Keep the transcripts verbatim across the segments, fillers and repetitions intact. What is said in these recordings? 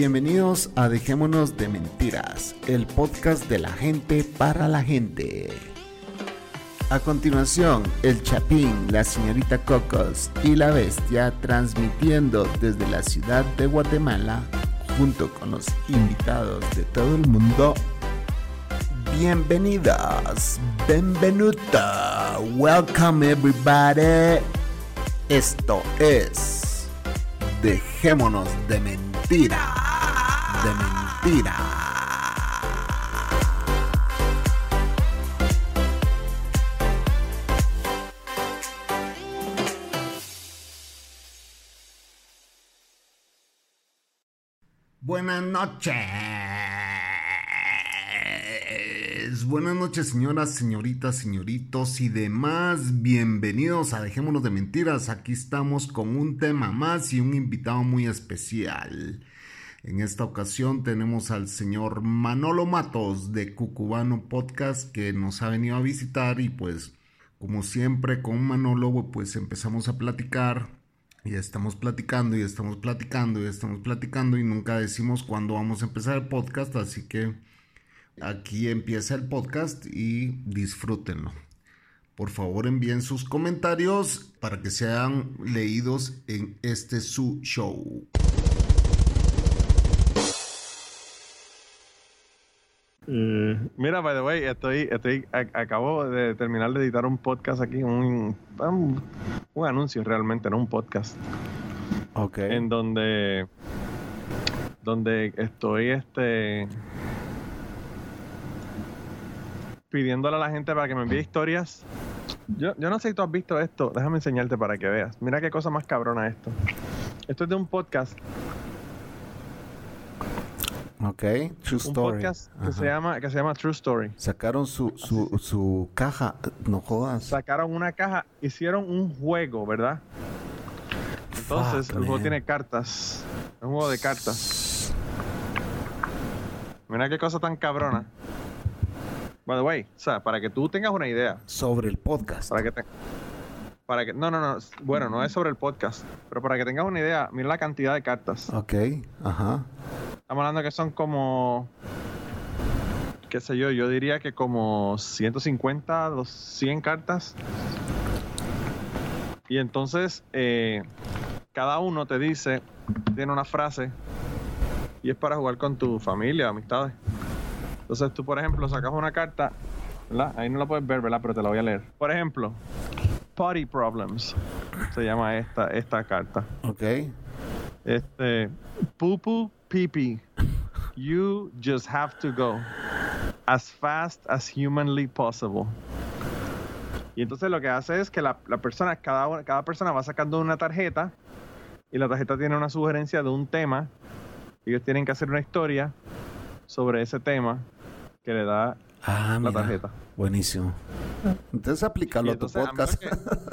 Bienvenidos a Dejémonos de Mentiras, el podcast de la gente para la gente. A continuación, el Chapín, la señorita Cocos y la Bestia transmitiendo desde la ciudad de Guatemala junto con los invitados de todo el mundo. Bienvenidos, benvenuta, welcome everybody. Esto es Dejémonos de Mentiras, de Mentiras. Buenas noches. Buenas noches, señoras, señoritas, señoritos y demás. Bienvenidos a Dejémonos de Mentiras. Aquí estamos con un tema más y un invitado muy especial. En esta ocasión tenemos al señor Manolo Matos de Cucubano Podcast, que nos ha venido a visitar y pues como siempre con Manolo pues empezamos a platicar. Y estamos platicando y estamos platicando y estamos platicando y nunca decimos cuándo vamos a empezar el podcast, así que aquí empieza el podcast y disfrútenlo. Por favor, envíen sus comentarios para que sean leídos en este su show. Uh, mira, by the way, estoy, estoy, a, acabo de terminar de editar un podcast aquí, un, un, un anuncio realmente, no un podcast. Ok. En donde, donde estoy, este, pidiéndole a la gente para que me envíe historias. Yo, yo no sé si tú has visto esto, déjame enseñarte para que veas. Mira qué cosa más cabrona esto. Esto es de un podcast. Ok, True Story. Un podcast que se, llama, que se llama True Story. Sacaron su, su, su caja, no jodas. Sacaron una caja, hicieron un juego, ¿verdad? Entonces, Fuck, el juego man. tiene cartas. Es un juego de cartas. Mira qué cosa tan cabrona. By the way, o sea, para que tú tengas una idea. Sobre el podcast. Para que te... Para que... No, no, no. Bueno, no es sobre el podcast. Pero para que tengas una idea, mira la cantidad de cartas. Ok, ajá. Estamos hablando que son como... qué sé yo, yo diría que como ciento cincuenta, cien cartas. Y entonces, eh, cada uno te dice, tiene una frase, y es para jugar con tu familia, amistades. Entonces tú, por ejemplo, sacas una carta, ¿verdad? Ahí no la puedes ver, ¿verdad? Pero te la voy a leer. Por ejemplo, Potty Problems, se llama esta, esta carta. Ok. Este, Pupu Pipi, you just have to go as fast as humanly possible. Y entonces lo que hace es que la, la persona, cada, cada persona va sacando una tarjeta y la tarjeta tiene una sugerencia de un tema. Ellos tienen que hacer una historia sobre ese tema que le da ah, la mira. tarjeta. Buenísimo. Entonces aplícalo a tu podcast.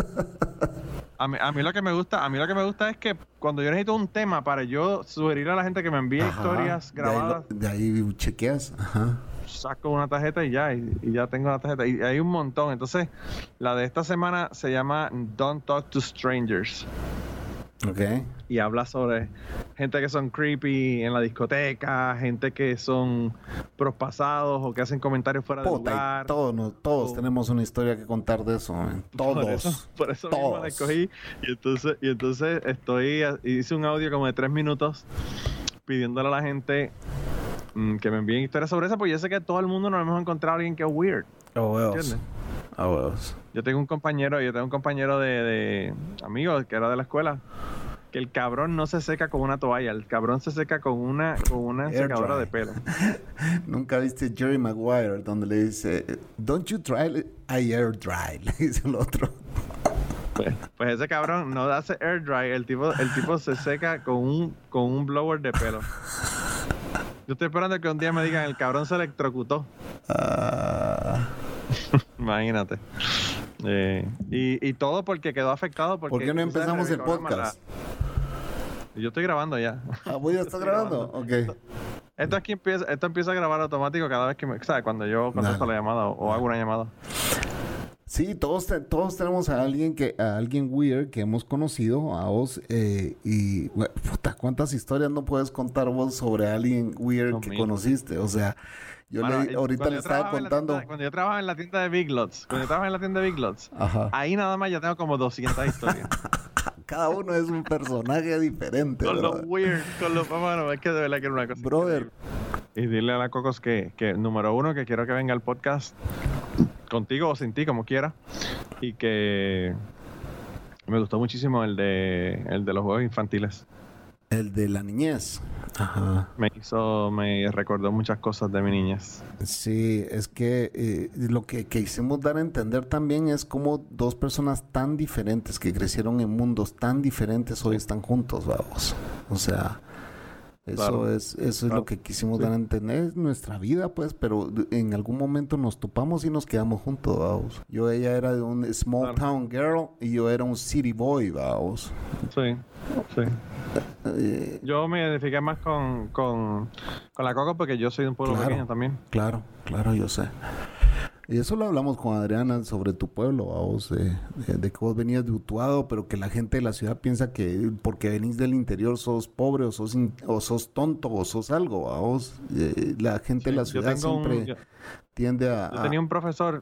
A mí, a mí lo que me gusta, a mí lo que me gusta es que cuando yo necesito un tema para yo sugerir a la gente que me envíe Ajá, historias grabadas, de ahí, lo, de ahí chequeas, Ajá. saco una tarjeta y ya, y, y ya tengo la tarjeta. Y hay un montón. Entonces, la de esta semana se llama Don't Talk to Strangers. Okay. Y habla sobre gente que son creepy en la discoteca, gente que son prospasados o que hacen comentarios fuera de lugar. Todos, no, todos oh. tenemos una historia que contar de eso, man. Todos. Por eso, por eso todos. mismo la escogí. Y entonces, y entonces estoy, hice un audio como de tres minutos pidiéndole a la gente mmm, que me envíen historias sobre eso, porque yo sé que todo el mundo nos hemos encontrado a alguien que es weird. Oh, well. ¿Entiendes? Oh, well. Yo tengo un compañero, yo tengo un compañero de, de amigo que era de la escuela, que el cabrón no se seca con una toalla, el cabrón se seca con una con una secadora de pelo. ¿Nunca viste Jerry Maguire donde le dice, don't you dry, I air dry? Le dice el otro. Pues, pues ese cabrón no hace air dry, el tipo el tipo se seca con un con un blower de pelo. Yo estoy esperando que un día me digan, el cabrón se electrocutó. Uh... Imagínate. Eh, y, y todo porque quedó afectado. Porque, ¿por qué no empezamos el podcast? La... Yo estoy grabando ya. Ah, ¿voy a estar grabando? grabando? Ok. Esto aquí empieza, esto empieza a grabar automático cada vez que me... ¿Sabes? Cuando yo contesto la llamada o, o hago una llamada. Sí, todos, te- todos tenemos a alguien que a alguien weird que hemos conocido, a vos, eh, y we- puta, ¿cuántas historias no puedes contar vos sobre alguien weird Son que mil. conociste? O sea, yo Bueno, le eh, ahorita cuando le yo estaba trabajaba en la tienda, contando, cuando yo trabajaba en la tienda de Big Lots, cuando yo trabajaba en la tienda de Big Lots, ajá, ahí nada más yo tengo como doscientas historias. cada uno es un personaje diferente, Con lo bro. weird, con lo... Bueno, es que de verdad que era una cosa Brother, increíble. Y dile a la Cocos que, que, número uno, que quiero que venga al podcast contigo o sin ti, como quiera. Y que me gustó muchísimo el de, el de los juegos infantiles. el de la niñez. Ajá. Me hizo, me recordó muchas cosas de mi niñez. Sí, es que eh, lo que quisimos dar a entender también es cómo dos personas tan diferentes que crecieron en mundos tan diferentes hoy están juntos, vamos. O sea, eso Claro. es eso es Claro. lo que quisimos Sí. dar a entender, es nuestra vida, pues, pero de- en algún momento nos topamos y nos quedamos juntos, vamos. Yo, ella era de un small Claro. town girl y yo era un city boy, vamos. Sí, sí. Eh, Yo me identifiqué más con, con, con la Coco porque yo soy de un pueblo Claro. pequeño también. Claro, claro, yo sé. Y eso lo hablamos con Adriana sobre tu pueblo, a vos, de, de- de que vos venías de Utuado, pero que la gente de la ciudad piensa que porque venís del interior sos pobre o sos, in- o sos tonto o sos algo, a vos. Eh, la gente de la Sí, yo ciudad tengo un- siempre yo- tiende a... Yo a- tenía un profesor,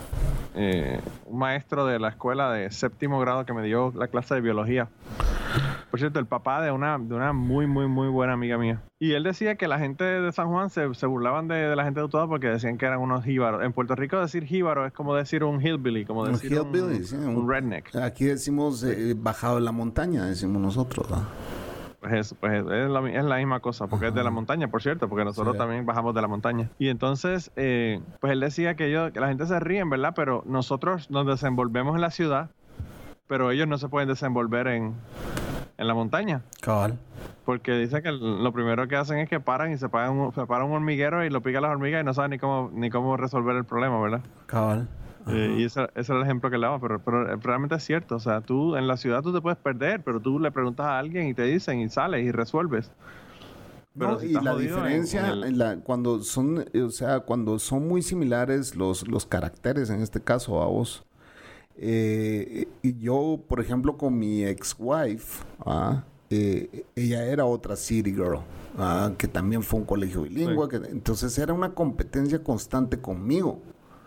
eh, un maestro de la escuela de séptimo grado que me dio la clase de biología. Por cierto, el papá de una, de una muy, muy, muy buena amiga mía. Y él decía que la gente de San Juan se, se burlaban de, de la gente de Utuado porque decían que eran unos jíbaros. En Puerto Rico decir jíbaro es como decir un hillbilly, como Un decir hillbilly, un, sí, un un- redneck. Aquí decimos eh, bajado de la montaña, decimos nosotros, ¿no? Pues, eso, pues es, la, es la misma cosa, porque es de la montaña, por cierto, porque nosotros Sí. también bajamos de la montaña. Y entonces, eh, pues él decía que, yo, que la gente se ríe, ¿verdad? Pero nosotros nos desenvolvemos en la ciudad, pero ellos no se pueden desenvolver en, en la montaña. Cabal. Porque dice que lo primero que hacen es que paran y se paran un, se paran un hormiguero y lo pican las hormigas y no saben ni cómo, ni cómo resolver el problema, ¿verdad? Cabal. Eh, y ese, ese era el ejemplo que le daba, pero, pero realmente es cierto. O sea, tú en la ciudad tú te puedes perder, pero tú le preguntas a alguien y te dicen y sales y resuelves. Pero No, si y estás la jodido en- diferencia, en el- en la- cuando son, eh, o sea, cuando son muy similares los, los caracteres, en este caso a vos. Eh, y yo, por ejemplo, con mi ex-wife, ¿ah? Eh, ella era otra city girl, ¿ah? Que también fue un colegio bilingüe, Sí. que, entonces era una competencia constante conmigo.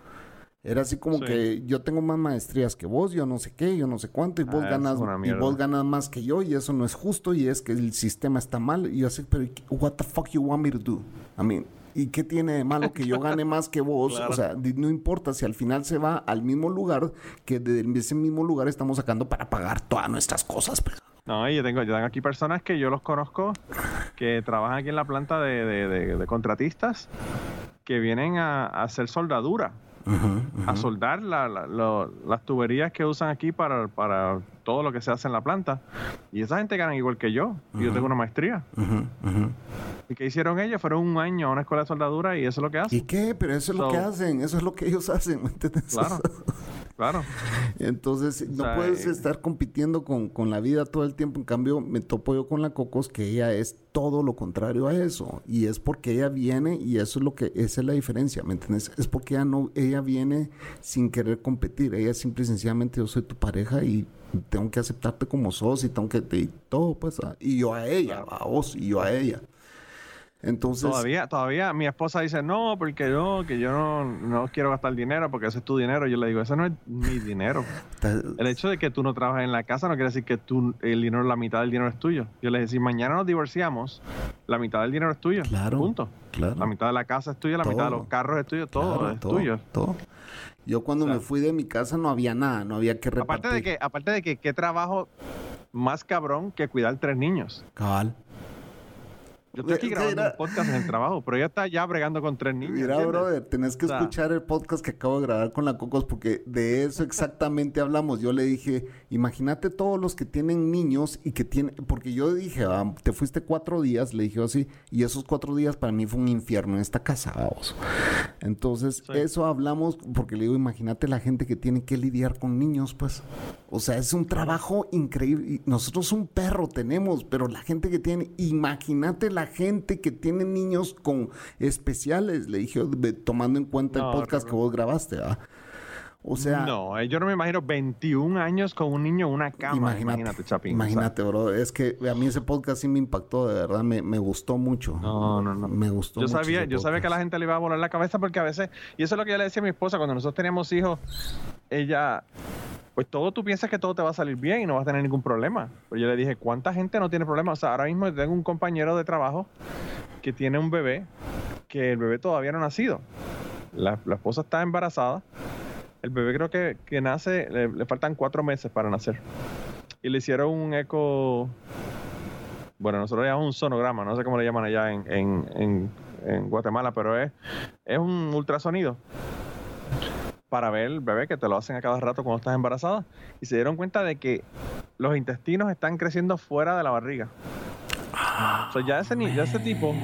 Era así como Sí. que yo tengo más maestrías que vos, yo no sé qué, yo no sé cuánto, y vos Ah, eso ganas, es una y mierda. vos ganas más que yo, y eso no es justo, y es que el sistema está mal. Y yo sé, pero what the fuck you want me to do? I mean, ¿y qué tiene de malo que yo gane más que vos? Claro. O sea, di- no importa si al final se va al mismo lugar, que de ese mismo lugar estamos sacando para pagar todas nuestras cosas, pues. No, y yo tengo, yo tengo aquí personas que yo los conozco que trabajan aquí en la planta de, de- de- de contratistas que vienen a, a hacer soldadura, Ujú, ujú. a soldar la- la- lo- las tuberías que usan aquí para, para todo lo que se hace en la planta. Y esa gente ganan igual que yo. Y yo tengo una maestría. Ujú, ujú. ¿Y qué hicieron ellos? Fueron un año a una escuela de soldadura y eso es lo que hacen. ¿Y qué? Pero eso es lo So- que hacen, eso es lo que ellos hacen, ¿me entiendes? Claro, claro. Entonces, no sea, puedes eh, estar compitiendo con, con la vida todo el tiempo. En cambio, me topo yo con la Cocos, que ella es todo lo contrario a eso. Y es porque ella viene, y eso es lo que, esa es la diferencia, ¿me entiendes? Es porque ella no, ella viene sin querer competir. Ella simple y sencillamente, yo soy tu pareja y tengo que aceptarte como sos y tengo que, y todo, pues, ah, y yo a ella, a vos, y yo a ella. Entonces, Todavía, todavía mi esposa dice, no, porque yo, que yo no, no quiero gastar dinero porque ese es tu dinero. Yo le digo, ese no es mi dinero. ta- El hecho de que tú no trabajes en la casa no quiere decir que tú, el dinero, la mitad del dinero es tuyo. Yo le dije, si mañana nos divorciamos, la mitad del dinero es tuyo. Claro, Punto. claro. La mitad de la casa es tuya, la mitad de Todo. los carros es tuyo, todo Claro, es todo, tuyo. todo. Yo cuando O sea, me fui de mi casa no había nada, no había que repartir. Aparte de que, aparte de que, qué trabajo más cabrón que cuidar tres niños. Cabal. Yo estoy aquí Es que grabando mira- un podcast en el trabajo, pero ella está ya bregando con tres niños. Mira, ¿entiendes? brother, tenés que O sea, escuchar el podcast que acabo de grabar con la Cocos porque de eso exactamente hablamos. Yo le dije, imagínate todos los que tienen niños y que tienen, porque yo dije, ah, te fuiste cuatro días, le dije así, y esos cuatro días para mí fue un infierno en esta casa, vamos. Entonces, Sí. eso hablamos porque le digo, imagínate la gente que tiene que lidiar con niños, pues. O sea, es un trabajo increíble. Y nosotros un perro tenemos, pero la gente que tiene, imagínate la gente que tiene niños con especiales, le dije, de- tomando en cuenta No, el podcast no, que no. vos grabaste, ¿ah? O sea... No, yo no me imagino veintiún años con un niño en una cama. Imagínate, imagínate Chapín. Imagínate, bro. Es que a mí ese podcast sí me impactó, de verdad. Me, me gustó mucho. No, no, no. Me gustó yo mucho sabía, ese Yo sabía podcast. que a la gente le iba a volar la cabeza porque a veces... Y eso es lo que yo le decía a mi esposa cuando nosotros teníamos hijos. Ella... Pues todo tú piensas que todo te va a salir bien y no vas a tener ningún problema. Pero yo le dije, ¿cuánta gente no tiene problema? O sea, ahora mismo tengo un compañero de trabajo que tiene un bebé, que el bebé todavía no ha nacido. La, la esposa está embarazada. El bebé creo que, que nace, le, le faltan cuatro meses para nacer. Y le hicieron un eco... Bueno, nosotros le llamamos un sonograma, no sé cómo le llaman allá en, en, en, en Guatemala, pero es, es un ultrasonido para ver el bebé, que te lo hacen a cada rato cuando estás embarazada, y se dieron cuenta de que los intestinos están creciendo fuera de la barriga. Ah, O sea, ya ese, ni- ya ese tipo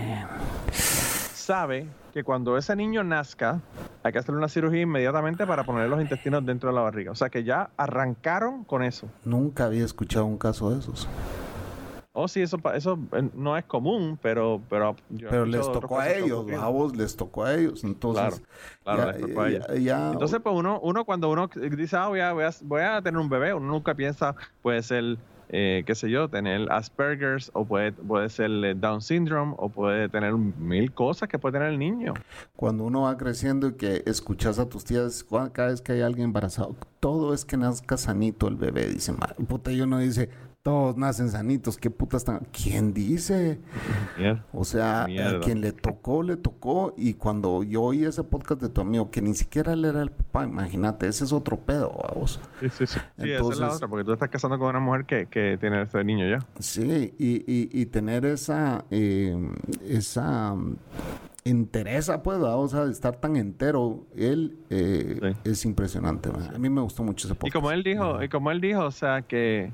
sabe que cuando ese niño nazca hay que hacerle una cirugía inmediatamente para poner los intestinos dentro de la barriga. O sea, que ya arrancaron con eso. Nunca había escuchado un caso de esos. Oh, sí, eso, pa- eso eh, no es común, pero... Pero, yo he Pero escuchado les de otros tocó a casos que han ellos, ocurrido. a vos les tocó a ellos. Entonces, Claro, ya, les tocó a ellos. ya- ya- Entonces, pues uno, uno cuando uno dice, ah, voy a, voy a, voy a tener un bebé, uno nunca piensa, puede ser, eh, qué sé yo, tener Asperger's, o puede, puede ser eh, Down Syndrome, o puede tener mil cosas que puede tener el niño. cuando uno va creciendo y que escuchas a tus tías, cua- cada vez que hay alguien embarazado, todo es que nazca sanito el bebé, dice, "Ma- puta, yo no dice, todos nacen sanitos, qué puta están, ¿quién dice? Mierda. O sea, Mierda. a quien le tocó, le tocó, y cuando yo oí ese podcast de tu amigo, que ni siquiera él era el papá, imagínate, ese es otro pedo, vamos. Sí, sí, sí. Sí, esa es Entonces- la otra, porque tú estás casando con una mujer que, que tiene ese niño ya. Sí, y, y, y tener esa, eh, esa mm, entereza, pues, ¿verdad? O sea, de estar tan entero, él eh, Sí. es impresionante, ¿verdad? A mí me gustó mucho ese podcast. Y como él dijo, Ajá. y como él dijo, o sea, que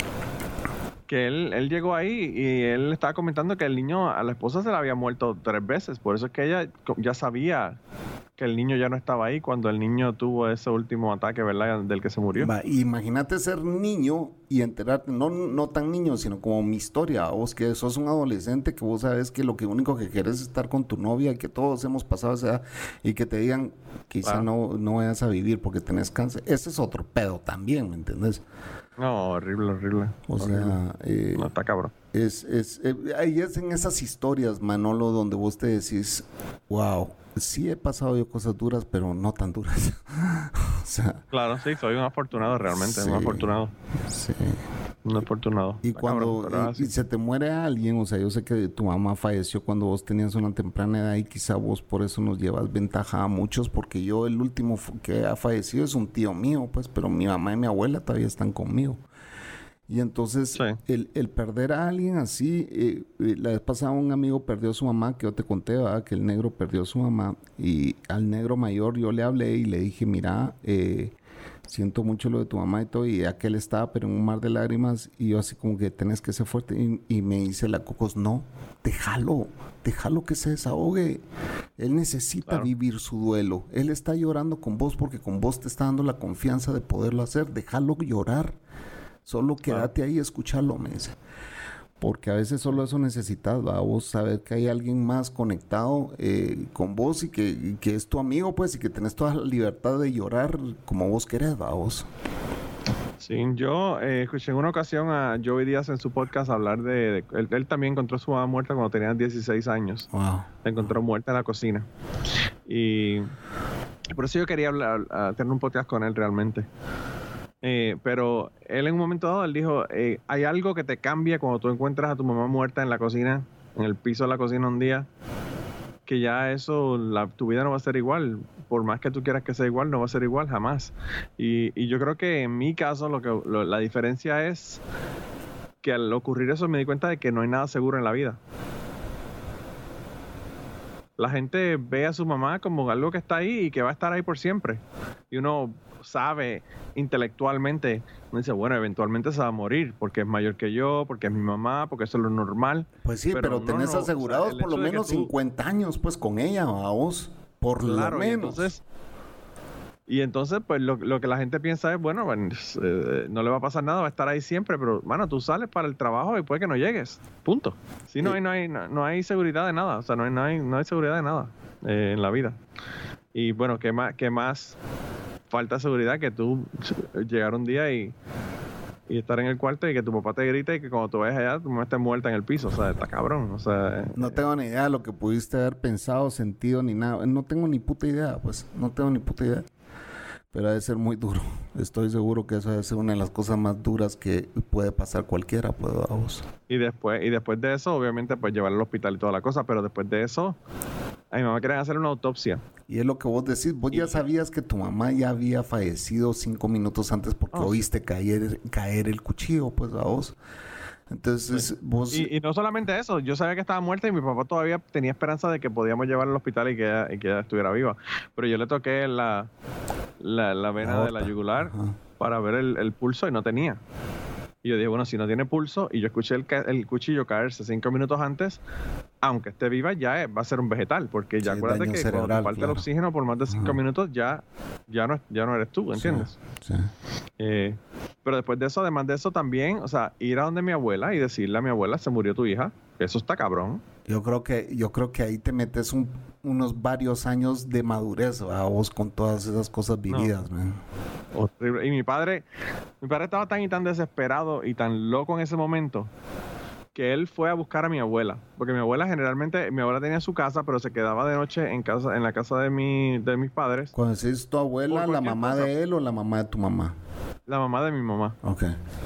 que él, él llegó ahí y él estaba comentando que el niño, a la esposa se le había muerto tres veces, por eso es que ella co- ya sabía que el niño ya no estaba ahí cuando el niño tuvo ese último ataque, ¿verdad? Del que se murió. Va, imagínate ser niño y enterarte, no, no tan niño, sino como mi historia, vos que sos un adolescente, que vos sabes que lo que único que querés es estar con tu novia, y que todos hemos pasado esa edad, y que te digan, quizá Claro. no, no vayas a vivir porque tenés cáncer. Ese es otro pedo también, ¿me entendés? No, horrible, horrible. O horrible. sea, eh, No, está cabrón. es, es, eh, ahí es en esas historias, Manolo, donde vos te decís, wow, sí he pasado yo cosas duras, pero no tan duras. O sea, Claro, sí, soy un afortunado realmente, Sí. un afortunado. sí. Un afortunado. Y Está cuando cabrón, pero y- así. y se te muere alguien, o sea, yo sé que tu mamá falleció cuando vos tenías una temprana edad, y quizá vos por eso nos llevas ventaja a muchos, porque yo el último fu- que ha fallecido es un tío mío, pues, pero mi mamá y mi abuela todavía están conmigo. Y entonces, Sí. el, el perder a alguien así, eh, eh, la vez pasada un amigo perdió a su mamá, que yo te conté, ¿verdad? Que el negro perdió a su mamá, y al negro mayor yo le hablé y le dije, mira, eh, siento mucho lo de tu mamá y todo, y aquel estaba, pero en un mar de lágrimas, y yo así como que tenés que ser fuerte, y, y me dice la Cocos, no, déjalo, déjalo que se desahogue, él necesita Claro. vivir su duelo, él está llorando con vos porque con vos te está dando la confianza de poderlo hacer, déjalo llorar, solo quédate ahí y escucharlo, me dice. Porque a veces solo eso necesitas, ¿va? Vos saber que hay alguien más conectado eh, con vos, y que, y que es tu amigo, pues, y que tenés toda la libertad de llorar como vos querés, ¿va? Vos. Sí, yo eh, escuché en una ocasión a Joey Díaz en su podcast hablar de... de- él, él también encontró a su mamá muerta cuando tenía dieciséis años. Wow. La encontró muerta en la cocina. Y por eso yo quería hablar, a tener un podcast con él realmente. Eh, pero él en un momento dado, él dijo, eh, hay algo que te cambia cuando tú encuentras a tu mamá muerta en la cocina, en el piso de la cocina un día, que ya eso, la, tu vida no va a ser igual. Por más que tú quieras que sea igual, no va a ser igual jamás. Y, y yo creo que en mi caso, lo que lo- la diferencia es que al ocurrir eso me di cuenta de que no hay nada seguro en la vida. La gente ve a su mamá como algo que está ahí y que va a estar ahí por siempre. Y uno sabe intelectualmente, uno dice, bueno, eventualmente se va a morir porque es mayor que yo, porque es mi mamá, porque eso es lo normal. Pues sí, pero, Pero no, tenés no, asegurados o sea, el por lo hecho de que menos tú- cincuenta años, pues, con ella, ¿va? Vos. Por Claro, lo y menos. entonces, y entonces pues lo, lo que la gente piensa es, bueno, bueno, eh, no le va a pasar nada, va a estar ahí siempre, pero, mano, tú sales para el trabajo y puede que no llegues, punto. Sí, no Sí. hay, no hay, no, no hay seguridad de nada, o sea, no hay, no hay, no hay seguridad de nada eh, en la vida. Y bueno, ¿qué más, qué más falta de seguridad que tú llegar un día y, y estar en el cuarto y que tu papá te grite y que cuando tú vayas allá tu mamá esté muerta en el piso. O sea, está cabrón. O sea, no tengo ni idea de lo que pudiste haber pensado, sentido, ni nada. No tengo ni puta idea, pues. No tengo ni puta idea. Pero ha de ser muy duro. Estoy seguro que eso debe ser una de las cosas más duras que puede pasar cualquiera, pues, vamos. Y después, y después de eso, obviamente, pues llevarlo al hospital y toda la cosa. Pero después de eso, a mi mamá querían hacer una autopsia. Y es lo que vos decís. Vos y... ya sabías que tu mamá ya había fallecido cinco minutos antes porque oh, oíste sí. caer, caer el cuchillo, pues, a vos. Entonces, sí. vos... Y, y no solamente eso, yo sabía que estaba muerta y mi papá todavía tenía esperanza de que podíamos llevarla al hospital y que ella, y que ella estuviera viva. Pero yo le toqué la, la, la vena la de la yugular Ajá. para ver el, el pulso y no tenía. Y yo dije, bueno, si no tiene pulso y yo escuché el, el cuchillo caerse cinco minutos antes, aunque esté viva, ya es, va a ser un vegetal, porque ya sí, acuérdate que cerebral, cuando te falta claro. el oxígeno por más de cinco Ajá. minutos, ya, ya, no, ya no eres tú, ¿entiendes? Sí, sí. Eh, pero después de eso, además de eso también, o sea, ir a donde mi abuela y decirle a mi abuela, se murió tu hija, eso está cabrón. Yo creo que, yo creo que ahí te metes un, unos varios años de madurez, a vos con todas esas cosas vividas, no. man. Horrible. Y mi padre, mi padre estaba tan y tan desesperado y tan loco en ese momento que él fue a buscar a mi abuela, porque mi abuela generalmente, mi abuela tenía su casa, pero se quedaba de noche en casa, en la casa de mi, de mis padres. Cuando decís tu abuela, ¿la mamá cosa? de él o la mamá de tu mamá? La mamá de mi mamá. Ok.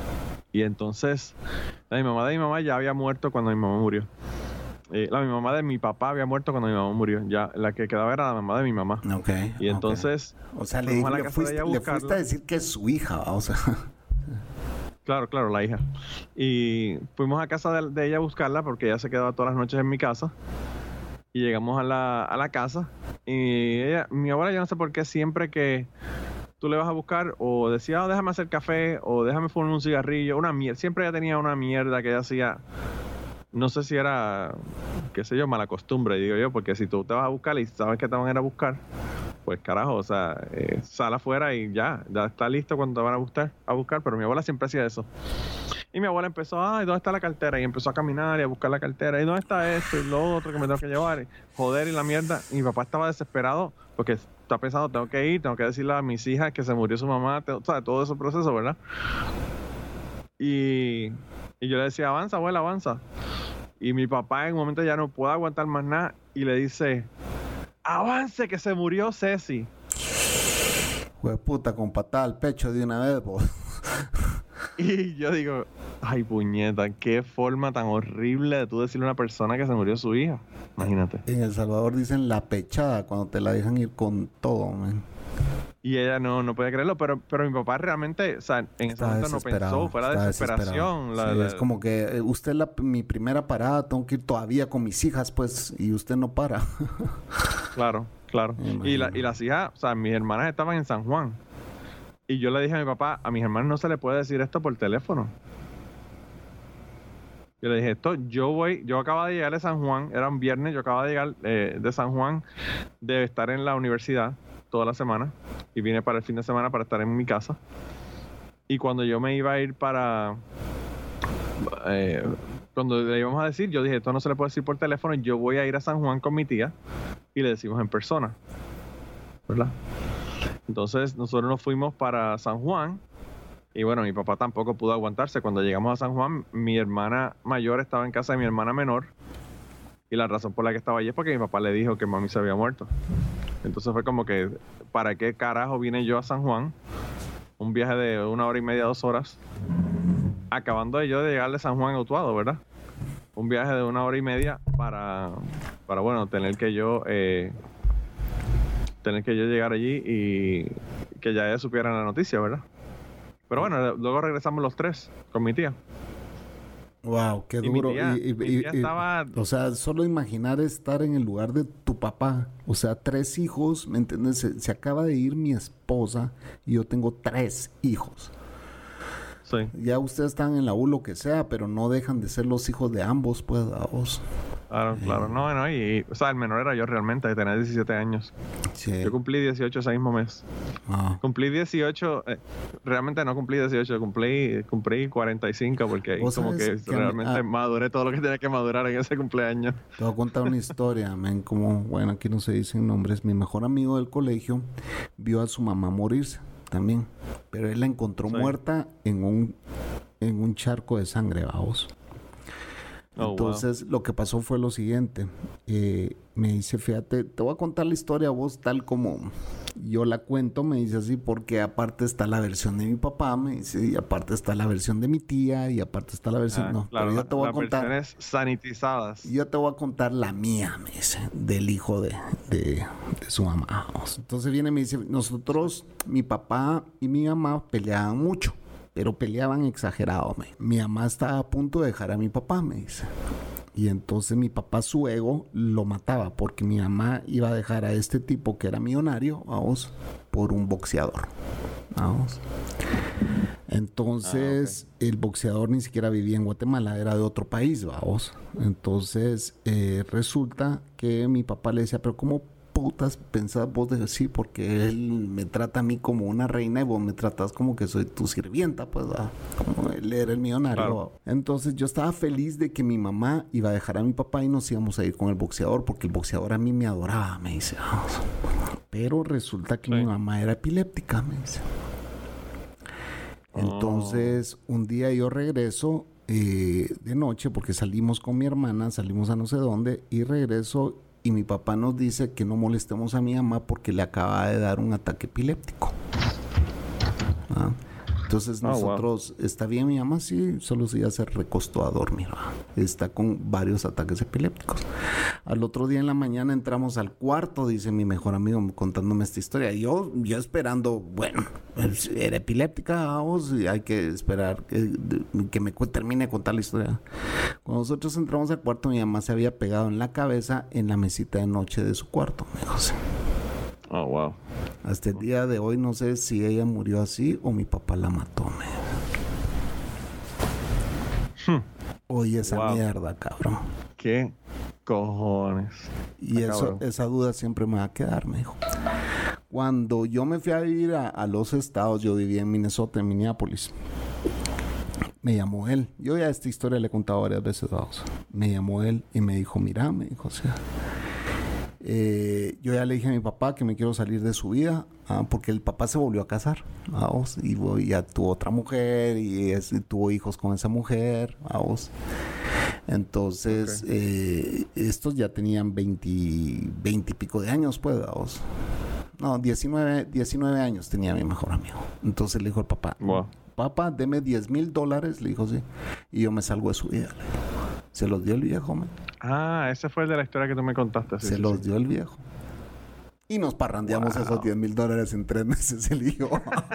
Y entonces, la mi mamá de mi mamá ya había muerto cuando mi mamá murió. Eh, la mi mamá de mi papá había muerto cuando mi mamá murió. Ya la que quedaba era la mamá de mi mamá. Ok. Y entonces, okay. o sea, le, a la le, casa fuiste, de ella a le fuiste a decir que es su hija, o sea. Claro, claro, la hija. Y fuimos a casa de, de ella a buscarla porque ella se quedaba todas las noches en mi casa. Y llegamos a la, a la casa. Y ella, mi abuela, yo no sé por qué siempre que tú le vas a buscar o decía, oh, déjame hacer café o déjame fumar un cigarrillo, una mierda. Siempre ella tenía una mierda que ella hacía. No sé si era, qué sé yo, mala costumbre, digo yo, porque si tú te vas a buscar y sabes que te van a ir a buscar, pues carajo, o sea, eh, sal afuera y ya, ya está listo cuando te van a buscar, a buscar, pero mi abuela siempre hacía eso. Y mi abuela empezó, ay, ¿dónde está la cartera? Y empezó a caminar y a buscar la cartera. ¿Y dónde está esto y lo otro que me tengo que llevar? Y, joder, y la mierda. Y mi papá estaba desesperado porque está pensando, tengo que ir, tengo que decirle a mis hijas que se murió su mamá, o sea, todo ese proceso, ¿verdad? Y, y yo le decía, avanza, abuela, avanza. Y mi papá en un momento ya no puede aguantar más nada y le dice, avance que se murió Ceci. Jue puta, con patada al pecho de una vez, vos. Y yo digo, ay puñeta, qué forma tan horrible de tú decirle a una persona que se murió su hija. Imagínate. En El Salvador dicen la pechada cuando te la dejan ir con todo, man. Y ella no, no puede creerlo, pero, pero mi papá realmente, o sea, en ese momento no pensó, fue la desesperación. La, sí, la, es como que eh, usted es la, mi primera parada, tengo que ir todavía con mis hijas, pues, y usted no para. Claro, claro. Y, la, y las hijas, o sea, mis hermanas estaban en San Juan. Y yo le dije a mi papá, a mis hermanos no se le puede decir esto por teléfono. Yo le dije, esto, yo voy, yo acababa de llegar de San Juan, era un viernes, yo acababa de llegar eh, de San Juan, de estar en la universidad toda la semana y vine para el fin de semana para estar en mi casa. Y cuando yo me iba a ir para eh, cuando le íbamos a decir, yo dije, esto no se le puede decir por teléfono, yo voy a ir a San Juan con mi tía y le decimos en persona, ¿verdad? Entonces nosotros nos fuimos para San Juan y bueno, mi papá tampoco pudo aguantarse. Cuando llegamos a San Juan, mi hermana mayor estaba en casa de mi hermana menor y la razón por la que estaba allí es porque mi papá le dijo que mami se había muerto. Entonces fue como que, ¿para qué carajo vine yo a San Juan? Un viaje de una hora y media, dos horas. Acabando de yo de llegar de San Juan a Utuado, ¿verdad? Un viaje de una hora y media para, para bueno, tener que yo, eh, tener que yo llegar allí y que ya ella supiera la noticia, ¿verdad? Pero bueno, luego regresamos los tres con mi tía. Wow, qué duro. Y mi tía, y, y, mi tía y, estaba... O sea, solo imaginar estar en el lugar de tu papá. O sea, tres hijos, ¿me entiendes? Se, se acaba de ir mi esposa y yo tengo tres hijos. Sí. Ya ustedes están en la U, lo que sea, pero no dejan de ser los hijos de ambos, pues, a vos. Claro, claro. Eh, No, no, y, y, o sea, el menor era yo realmente, tenía diecisiete años. sí. Yo cumplí dieciocho ese mismo mes. Ah, Cumplí dieciocho, eh, realmente no cumplí dieciocho, cumplí, cumplí cuarenta y cinco porque ahí vos como sabes que que a mí- realmente ah, maduré todo lo que tenía que madurar en ese cumpleaños. te voy a contar una historia, men, como, bueno, aquí no se dicen nombres. Mi mejor amigo del colegio vio a su mamá morirse también, pero él la encontró Sí. muerta en un, en un charco de sangre, vamos. Oh, Entonces, lo que pasó fue lo siguiente. Eh, me dice, fíjate, te voy a contar la historia a vos tal como yo la cuento. Me dice así, porque aparte está la versión de mi papá, me dice, y aparte está la versión de mi tía, y aparte está la versión... Ah, no, claro, pero yo la- te voy a las contar... versiones sanitizadas. Yo te voy a contar la mía, me dice, del hijo de, de, de su mamá. Entonces viene y me dice, nosotros, mi papá y mi mamá peleaban mucho, pero peleaban exagerado. Me. Mi mamá estaba a punto de dejar a mi papá, me dice. Y entonces mi papá, su ego, lo mataba, porque mi mamá iba a dejar a este tipo que era millonario, vamos, por un boxeador. Vamos. Entonces, ah, okay. El boxeador ni siquiera vivía en Guatemala, era de otro país, vamos. Entonces, eh, resulta que mi papá le decía, pero ¿cómo putas pensás vos de sí? Porque él me trata a mí como una reina y vos me tratas como que soy tu sirvienta, pues, ¿verdad? Como él era el millonario. Claro. Entonces, yo estaba feliz de que mi mamá iba a dejar a mi papá y nos íbamos a ir con el boxeador, porque el boxeador a mí me adoraba, me dice. Vamos. Pero resulta que sí. Mi mamá era epiléptica, me dice. Entonces, oh. un día yo regreso eh, de noche, porque salimos con mi hermana, salimos a no sé dónde, y regreso y mi papá nos dice que no molestemos a mi mamá porque le acaba de dar un ataque epiléptico. ¿Ah? Entonces nosotros, oh, wow. ¿Está bien mi mamá? Sí, solo ya se recostó a dormir. ¿Va? Está con varios ataques epilépticos. Al otro día en la mañana entramos al cuarto, dice mi mejor amigo contándome esta historia. Yo, yo esperando, bueno, era epiléptica, vamos, y hay que esperar que, que me termine de contar la historia. Cuando nosotros entramos al cuarto, mi mamá se había pegado en la cabeza en la mesita de noche de su cuarto, me dijo así. Oh, wow. Hasta el día de hoy no sé si ella murió así o mi papá la mató. Hmm. Oye, esa wow. mierda, cabrón. ¿Qué cojones? Y ah, eso, esa duda siempre me va a quedar, me dijo. Cuando yo me fui a vivir a, a los estados, yo vivía en Minnesota, en Minneapolis. Me llamó él. Yo ya esta historia le he contado varias veces. Vamos. Me llamó él y me dijo, mira, me dijo, o sea... Eh, yo ya le dije a mi papá que me quiero salir de su vida, ah, porque el papá se volvió a casar, vamos, y ya tuvo otra mujer y, es, y tuvo hijos con esa mujer, vamos. Entonces, okay. eh, estos ya tenían veinte, veinte y pico de años, pues, vamos. No, diecinueve, diecinueve años tenía mi mejor amigo. Entonces le dijo al papá, wow. papá, deme diez mil dólares, le dijo sí, y yo me salgo de su vida. Se los dio el viejo, man. Ah, ese fue el de la historia que tú me contaste. Sí, Se sí, los sí. dio el viejo. Y nos parrandeamos wow. esos diez mil dólares en tres meses, el hijo.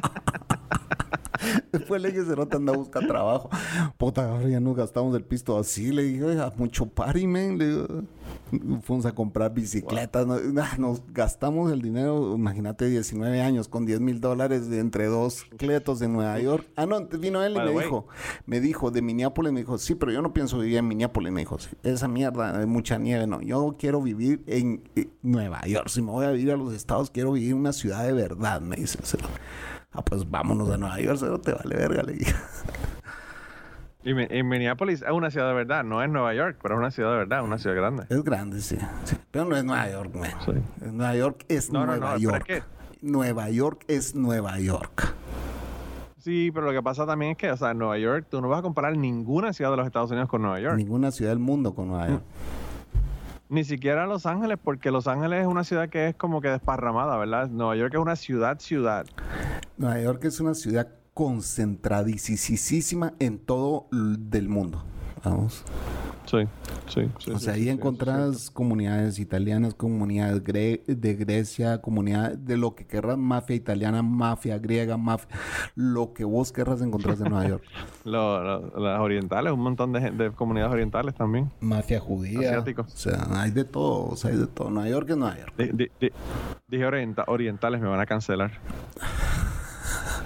Después le dije, Cerote, anda a buscar trabajo. Puta, ahora ya nos gastamos el pisto así. Le dije, oiga, mucho party, man. Le digo, fuimos a comprar bicicletas. Wow. Nos, nos gastamos el dinero, imagínate, diecinueve años con diez mil dólares de entre dos cletos de Nueva York. Ah, no, vino él y me way. dijo, me dijo, de Minneapolis, me dijo, sí, pero yo no pienso vivir en Minneapolis. Me dijo, sí, esa mierda, hay mucha nieve, no. Yo quiero vivir en, en Nueva York. Si me voy a vivir a los estados, quiero vivir en una ciudad de verdad, me dice el Cerote. Ah, pues vámonos a Nueva York, Cerote, vale verga, le dije. Y en Minneapolis es una ciudad de verdad, no es Nueva York, pero es una ciudad de verdad, una ciudad grande. Es grande, sí. sí. Pero no es Nueva York, man. Sí. Nueva York es no, Nueva no, no, York. ¿Pero es qué? Nueva York es Nueva York. Sí, pero lo que pasa también es que, o sea, en Nueva York, tú no vas a comparar ninguna ciudad de los Estados Unidos con Nueva York. Ninguna ciudad del mundo con Nueva York. Ni siquiera Los Ángeles, porque Los Ángeles es una ciudad que es como que desparramada, ¿verdad? Nueva York es una ciudad, ciudad. Nueva York es una ciudad concentradísima en todo del mundo. Vamos. Sí, sí. sí o sea, sí, ahí sí, encontrás sí, comunidades italianas, comunidades gre de Grecia, comunidades de lo que querrás, mafia italiana, mafia griega, mafia, lo que vos querrás encontrás en Nueva York. lo, lo, las orientales, un montón de, de comunidades orientales también. Mafia judía. Asiáticos. O sea, hay de todo, o sea, hay de todo. Nueva York es Nueva York. Di, di, di, dije orienta, orientales, me van a cancelar.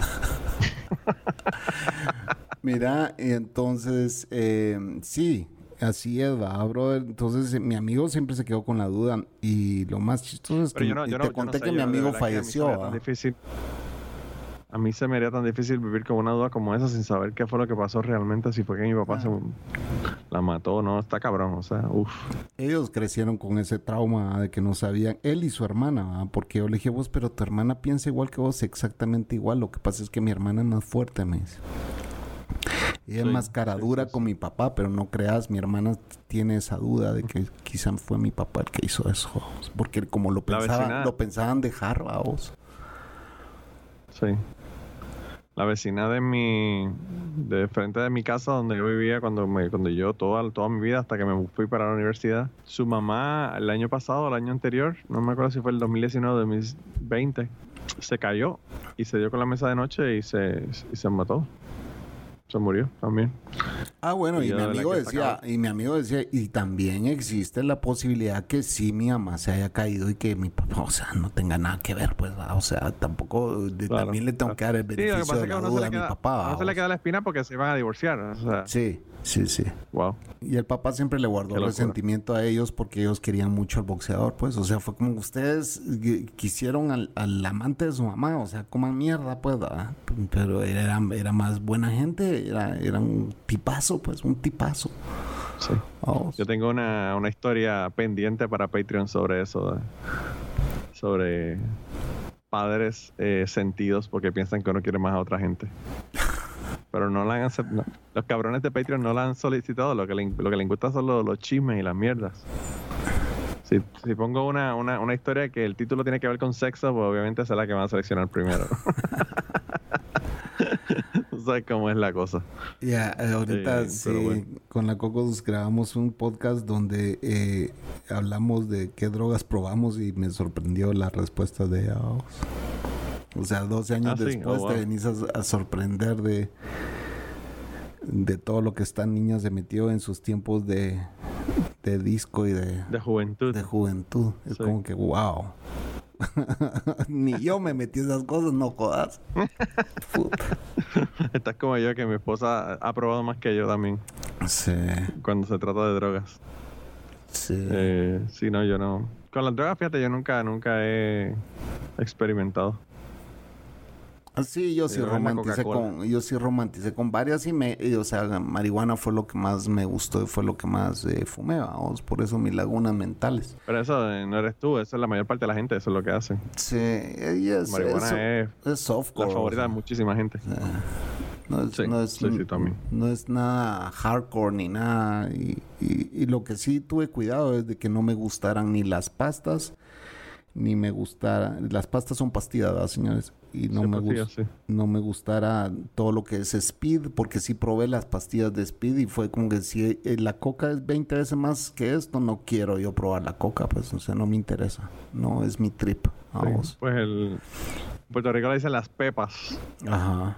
Mira, entonces, eh, sí, Así es, va, bro. Entonces, eh, mi amigo siempre se quedó con la duda. Y lo más chistoso es Pero que yo no, te yo no, yo conté no sé, que mi yo de amigo verdad que a mí se me falleció. haría tan ¿va? difícil. A mí se me haría tan difícil vivir con una duda como esa sin saber qué fue lo que pasó realmente, si fue que mi papá Ah. se la mató, no, está cabrón, o sea, uff. Ellos crecieron con ese trauma ¿va? De que no sabían, él y su hermana, ¿va? Porque yo le dije, vos, pero tu hermana piensa igual que vos, exactamente igual. Lo que pasa es que mi hermana es más fuerte, me dice. Ella Sí, es más cara sí, dura sí, con sí. mi papá, pero no creas, mi hermana tiene esa duda de que quizá fue mi papá el que hizo eso. ¿vos? Porque como lo La pensaban, vecina- lo pensaban dejar, vamos. Sí. La vecina de mi, de frente de mi casa donde yo vivía cuando me, cuando yo toda, toda mi vida hasta que me fui para la universidad. Su mamá el año pasado, el año anterior, no me acuerdo si fue el dos mil diecinueve o dos mil veinte, se cayó y se dio con la mesa de noche y se, y se mató. Se murió también. Ah, bueno, Y y yo mi de verdad amigo que está decía, cabrón. y mi amigo decía, y también existe la posibilidad que sí mi mamá se haya caído y que mi papá, o sea, no tenga nada que ver, pues, ¿va? O sea, tampoco, de- Claro, también le tengo claro. que dar el Sí, lo que beneficio pasa de es que la a uno se duda le a mi queda, papá, a uno se le ¿va? queda la espina porque se van a divorciar. O sea, Sí, sí, sí. wow. Y el papá siempre le guardó Qué locura. resentimiento a ellos porque ellos querían mucho al boxeador, pues. O sea, fue como ustedes eh, quisieron al, al amante de su mamá, o sea, coman mierda, pues, ¿verdad? Pero era, era más buena gente, era, era un tipazo, pues, un tipazo. Sí. Vamos. Yo tengo una, una historia pendiente para Patreon sobre eso, de- sobre padres eh, sentidos porque piensan que uno quiere más a otra gente. Pero no la han acep- no. Los cabrones de Patreon no la han solicitado, lo que le, lo que les gusta son los, los chismes y las mierdas. Si, si pongo una, una, una historia que el título tiene que ver con sexo, pues obviamente esa es la que van a seleccionar primero. Tú sabes cómo es la cosa. Ya, eh, ahorita Eh, sí, pero bueno. con la Cocos grabamos un podcast donde eh, hablamos de qué drogas probamos y me sorprendió la respuesta de ella. vamos. O sea, doce años Ah, sí. después Oh, te wow. venís a, a sorprender de, de todo lo que esta niña se metió en sus tiempos de, de disco y de, De juventud. de juventud. Es Sí. como que, wow. Ni yo me metí esas cosas, no jodas. Puta. Estás como yo, que mi esposa ha probado más que yo también Sí, cuando se trata de drogas. sí. Eh, sí, no, yo no. Con las drogas, fíjate, yo nunca, nunca he experimentado. Sí, yo sí Yo creo que es la romanticé Coca-Cola. con, yo sí romanticé con varias y me, y, o sea, marihuana fue lo que más me gustó y fue lo que más eh, fumé, vamos, por eso mis lagunas mentales. Pero eso eh, no eres tú, eso es la mayor parte de la gente, eso es lo que hacen. Sí, y es, Marihuana eso- es es softcore. la favorita o de sea, muchísima gente. no es, Sí, no es, sí, sí, también. no es nada hardcore ni nada y, y, y lo que sí tuve cuidado es de que no me gustaran ni las pastas ni me gustara, las pastas son pastillas, ¿verdad, señores? Y no Sí, me pastillas, gusta, sí. no me gustara todo lo que es speed, porque sí probé las pastillas de speed y fue como que si eh, la coca es veinte veces más que esto, no quiero yo probar la coca, pues, o sea, no me interesa, no es mi trip, Sí, vamos. pues el en Puerto Rico le dicen las pepas. Ajá,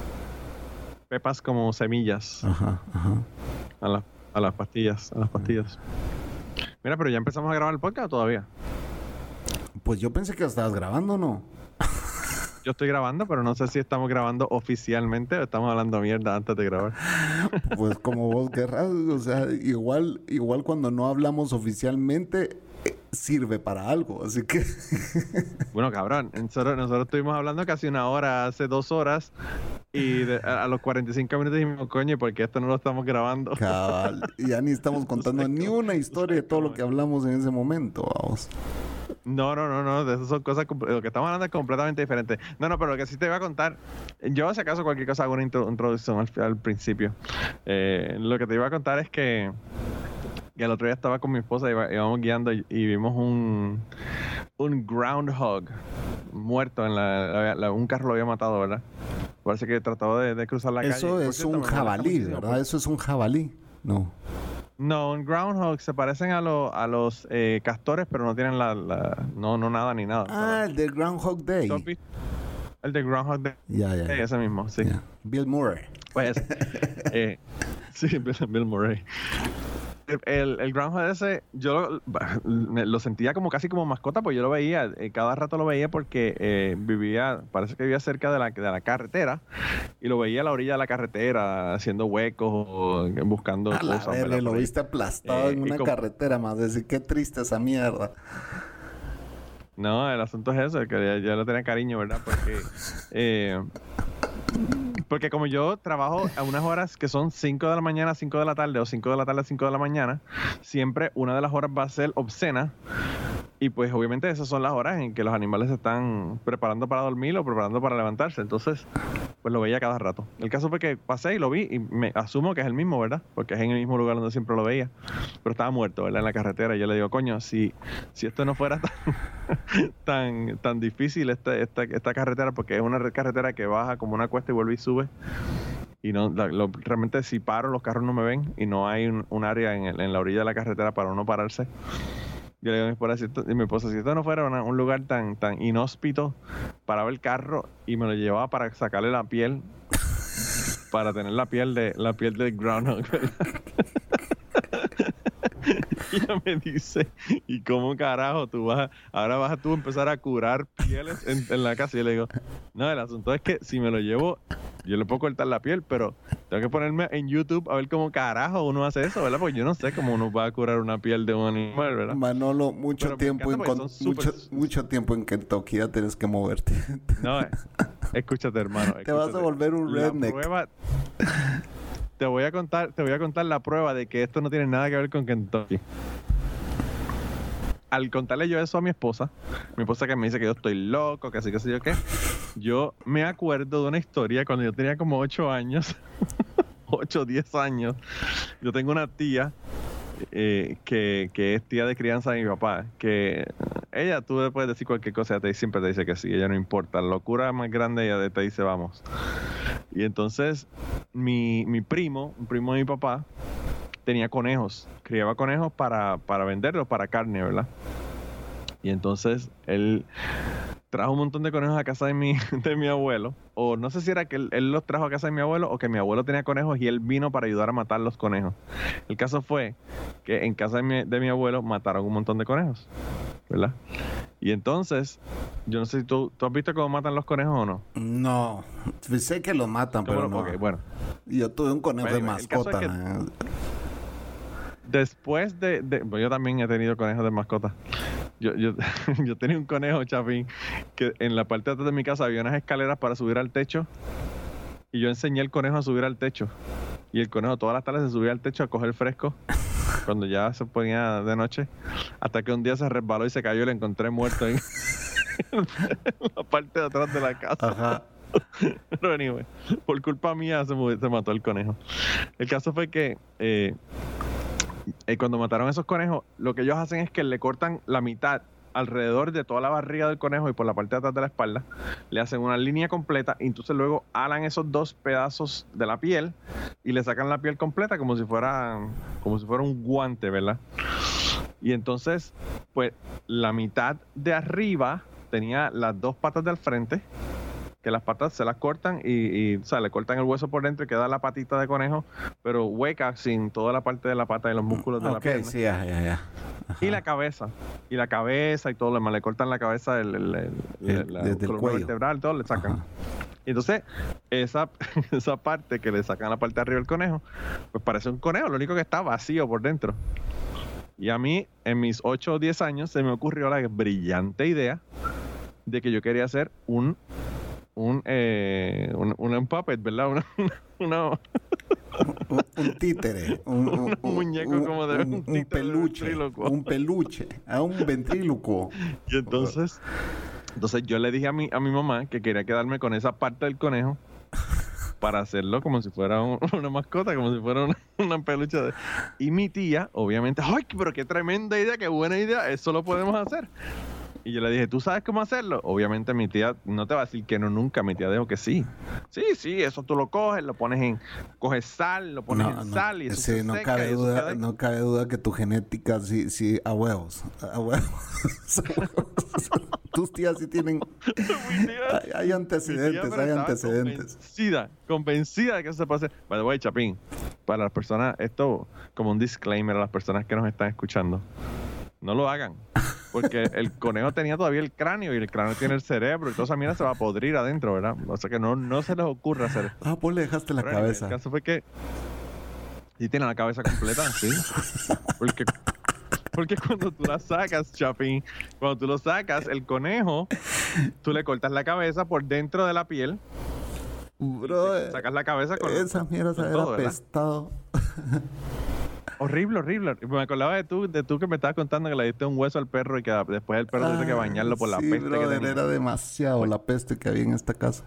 Pepas como semillas ajá, ajá. a, las a las pastillas, a las pastillas. Mira, pero ya empezamos a grabar el podcast o todavía. Pues yo pensé que estabas grabando, ¿no? Yo estoy grabando, pero no sé si estamos grabando oficialmente o estamos hablando mierda antes de grabar. Pues como vos querrás, o sea, igual, igual cuando no hablamos oficialmente, eh, sirve para algo, así que... Bueno, cabrón, nosotros, nosotros estuvimos hablando casi una hora, hace dos horas, y de- a, a los cuarenta y cinco minutos dijimos, coño, ¿por qué esto no lo estamos grabando? Cabal, ya ni estamos contando ni una historia de todo lo que hablamos en ese momento, vamos. No, no, no, no, de esas son cosas, comp- lo que estamos hablando es completamente diferente. No, no, pero lo que sí te iba a contar, yo si acaso cualquier cosa hago una intro- introducción al, al principio. Eh, lo que te iba a contar es que, que el otro día estaba con mi esposa, iba- íbamos guiando y, y vimos un, un groundhog muerto en la, la- un carro lo había matado, ¿verdad? Parece que trataba de, de cruzar la calle. Eso Por es cierto, un me molesta jabalí, muchísimo ¿verdad? Eso es un jabalí. No. No, un groundhog se parecen a, lo- a los eh, castores, pero no tienen la, la- no, no nada ni nada. Ah, el de Groundhog Day. ¿Tú has visto? El de Groundhog Day, Ya, ya. ya. ese mismo, sí. Ya. Bill Murray. Pues, eh, sí, Bill, Bill Murray. el, el Groundhog ese, yo lo, lo sentía como casi como mascota, pues yo lo veía, eh, cada rato lo veía porque eh, vivía, parece que vivía cerca de la, de la carretera, y lo veía a la orilla de la carretera, haciendo huecos o buscando a cosas. La verga, lo viste aplastado eh, en una como... carretera, más decir, qué triste esa mierda. No, el asunto es eso, que ya, ya lo tenía cariño, ¿verdad? Porque... Eh, Porque como yo trabajo a unas horas que son cinco de la mañana a cinco de la tarde o cinco de la tarde a cinco de la mañana, siempre una de las horas va a ser obscena. Y pues obviamente esas son las horas en que los animales se están preparando para dormir o preparando para levantarse. Entonces, pues lo veía cada rato. El caso fue que pasé y lo vi y me asumo que es el mismo, ¿verdad? Porque es en el mismo lugar donde siempre lo veía. Pero estaba muerto, ¿verdad? En la carretera. Y yo le digo, coño, si, si esto no fuera tan, tan, tan difícil esta, esta, esta carretera, porque es una carretera que baja como una cuesta y vuelve y sube. Y no, lo, realmente si paro los carros no me ven y no hay un, un área en, el, en la orilla de la carretera para uno pararse. Yo le digo a mi esposa, si esto, y mi esposa, si esto no fuera una, un lugar tan, tan inhóspito para ver el carro y me lo llevaba para sacarle la piel, para tener la piel de la piel del groundhog. Y ella me dice, ¿y cómo carajo tú vas a, ahora vas a tú empezar a curar pieles en, en la casa? Y yo le digo, no, el asunto es que si me lo llevo, yo le puedo cortar la piel, pero tengo que ponerme en YouTube a ver cómo carajo uno hace eso, ¿verdad? Porque yo no sé cómo uno va a curar una piel de un animal, ¿verdad? Manolo, mucho pero tiempo en con, mucho, super... mucho tiempo en Kentucky, ya tienes que moverte. No, eh, escúchate, hermano. Escúchate. Te vas a volver un redneck. La prueba... Te voy a contar, te voy a contar la prueba de que esto no tiene nada que ver con Kentucky. Al contarle yo eso a mi esposa, mi esposa que me dice que yo estoy loco, que así que sé yo qué, yo me acuerdo de una historia cuando yo tenía como ocho años, ocho, diez años. Yo tengo una tía eh, que, que es tía de crianza de mi papá, que ella, tú le puedes decir cualquier cosa, ella te, siempre te dice que sí, ella no importa, la locura más grande ella te dice vamos. Y entonces mi, mi primo, un primo de mi papá, tenía conejos, criaba conejos para, para venderlos, para carne, ¿verdad? Y entonces él trajo un montón de conejos a casa de mi, de mi abuelo, o no sé si era que él, él los trajo a casa de mi abuelo o que mi abuelo tenía conejos y él vino para ayudar a matar los conejos. El caso fue que en casa de mi, de mi abuelo mataron un montón de conejos, ¿verdad? Y entonces, yo no sé si tú, ¿tú has visto cómo matan los conejos o no? No, sé que los matan, pero no. Okay, bueno. Yo tuve un conejo bueno, de mascota. Es que después de, de... Pues yo también he tenido conejos de mascota. Yo, yo, yo tenía un conejo, Chapín, que en la parte de atrás de mi casa había unas escaleras para subir al techo. Y yo enseñé al conejo a subir al techo. Y el conejo todas las tardes se subía al techo a coger fresco. Cuando ya se ponía de noche, hasta que un día se resbaló y se cayó y lo encontré muerto en, en la parte de atrás de la casa. Ajá. Pero anyway, por culpa mía se, se mató el conejo. El caso fue que eh, eh, cuando mataron a esos conejos, lo que ellos hacen es que le cortan la mitad alrededor de toda la barriga del conejo y por la parte de atrás de la espalda, le hacen una línea completa y entonces luego alan esos dos pedazos de la piel y le sacan la piel completa como si fuera como si fuera un guante, ¿verdad? Y entonces, pues la mitad de arriba tenía las dos patas del frente, que las patas se las cortan y, y o sea, le cortan el hueso por dentro y queda la patita de conejo, pero hueca sin toda la parte de la pata y los músculos de okay, la pierna. Sí, ya, ya, ya. Y la cabeza, y la cabeza y todo lo demás, le cortan la cabeza, el, el, el, el, la, desde el cuello vertebral, todo le sacan. Ajá. Y entonces, esa, esa parte que le sacan la parte de arriba del conejo, pues parece un conejo, lo único que está vacío por dentro. Y a mí, en mis ocho o diez años, se me ocurrió la brillante idea de que yo quería hacer un un eh, un, un puppet, ¿verdad? Una, una un, un títere, un, un, un, un muñeco un, como de un, un peluche, un peluche, a un ventrílocuo. Y entonces, entonces yo le dije a mi a mi mamá que quería quedarme con esa parte del conejo para hacerlo como si fuera un, una mascota, como si fuera una, una peluche de... Y mi tía, obviamente, ¡ay, pero qué tremenda idea, qué buena idea! Eso lo podemos hacer. Y yo le dije, ¿tú sabes cómo hacerlo? Obviamente mi tía no te va a decir que no nunca. Mi tía dijo que sí. Sí, sí, eso tú lo coges, lo pones en... Coges sal, lo pones no, en no, sal y eso sí, se no seca. Cabe y eso duda, queda... No cabe duda que tu genética sí, sí, a huevos. A huevos. A huevos. Tus tías sí tienen... tía, hay, hay antecedentes, tía, hay antecedentes. Convencida, convencida de que eso se puede hacer. By the way, Chapín, para las personas, esto como un disclaimer a las personas que nos están escuchando. No lo hagan. Porque el conejo tenía todavía el cráneo y el cráneo tiene el cerebro y toda esa mierda se va a podrir adentro, ¿verdad? O sea que no, no se les ocurra hacer esto. Ah, pues le dejaste la Pero cabeza. El caso fue que... Sí tiene la cabeza completa, sí. Porque... Porque cuando tú la sacas, Chapín, cuando tú lo sacas, el conejo, tú le cortas la cabeza por dentro de la piel. Bro, sacas la cabeza con esa mierda se había apestado. Horrible, horrible. Me acordaba de tú, de tú que me estabas contando que le diste un hueso al perro y que después el perro tuvo que bañarlo por la sí, peste brother, que tenía. Era demasiado la peste que había en esta casa.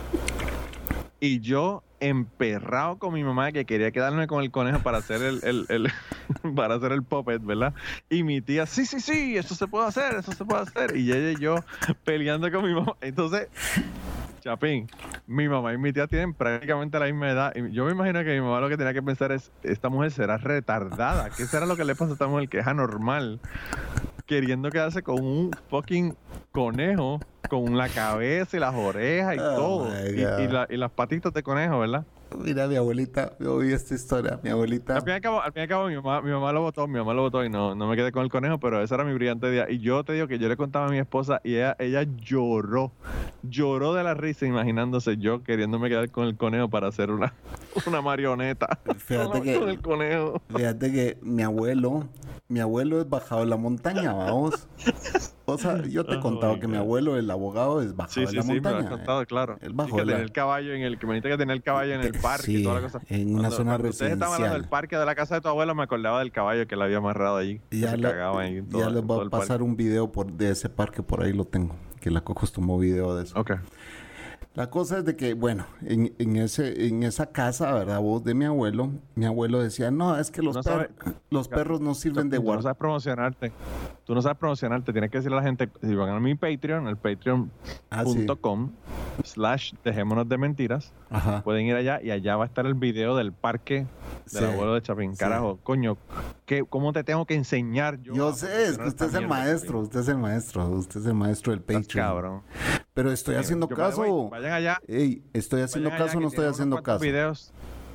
Y yo emperrado con mi mamá que quería quedarme con el conejo para hacer el, el, el para hacer el puppet, ¿verdad? Y mi tía, sí, sí, sí, eso se puede hacer, eso se puede hacer. Y ella y yo peleando con mi mamá. Entonces, Chapín, mi mamá y mi tía tienen prácticamente la misma edad. Y yo me imagino que mi mamá lo que tenía que pensar es, esta mujer será retardada. ¿Qué será lo que le pasa a esta mujer que es anormal? Queriendo quedarse con un fucking conejo con la cabeza y las orejas y oh todo. Y, y, la, y las patitas de conejo, ¿verdad? Mira, mi abuelita, yo oí esta historia. Mi abuelita... Al fin y al cabo, al fin y al cabo mi, mamá, mi mamá lo votó, mi mamá lo votó y no, no me quedé con el conejo, pero ese era mi brillante día. Y yo te digo que yo le contaba a mi esposa y ella, ella lloró. Lloró de la risa imaginándose yo queriéndome quedar con el conejo para hacer una, una marioneta. Fíjate con, que... con el conejo. Fíjate que mi abuelo... Mi abuelo es bajado de la montaña, vamos. O sea, yo te he oh contado que God. Mi abuelo, el abogado, es bajado sí, de la sí, montaña. Sí, me lo has contado, claro. El bajo y que de la... tenía el caballo en el... Que me dijiste que tenía el caballo en el parque sí, y toda la cosa. en una cuando, zona cuando residencial. Ustedes estaban hablando del parque de la casa de tu abuelo, me acordaba del caballo que le había amarrado allí. Y ya, se le, cagaba ahí en todo, ya les voy a pasar parque. un video por, de ese parque, por ahí lo tengo. Que la Cocos tomó video de eso. Ok. La cosa es de que, bueno, en, en ese en esa casa, ¿verdad? Vos de mi abuelo, mi abuelo decía, no, es que los, no per sabes, los perros no sirven de guardia. Tú no sabes promocionarte. Tú no sabes promocionarte. Tienes que decirle a la gente, si van a mi Patreon, el patreon punto com ah, sí. slash dejémonos de mentiras. Ajá. Pueden ir allá y allá va a estar el video del parque del sí. abuelo de Chapín. Carajo, sí. coño, ¿qué, ¿cómo te tengo que enseñar yo? Yo sé, es que usted es el maestro, usted es el maestro, usted es el maestro del Patreon. Estás cabrón. Pero estoy Mira, haciendo caso. Voy, vayan allá. Ey, estoy haciendo vayan caso o no estoy haciendo caso. Videos.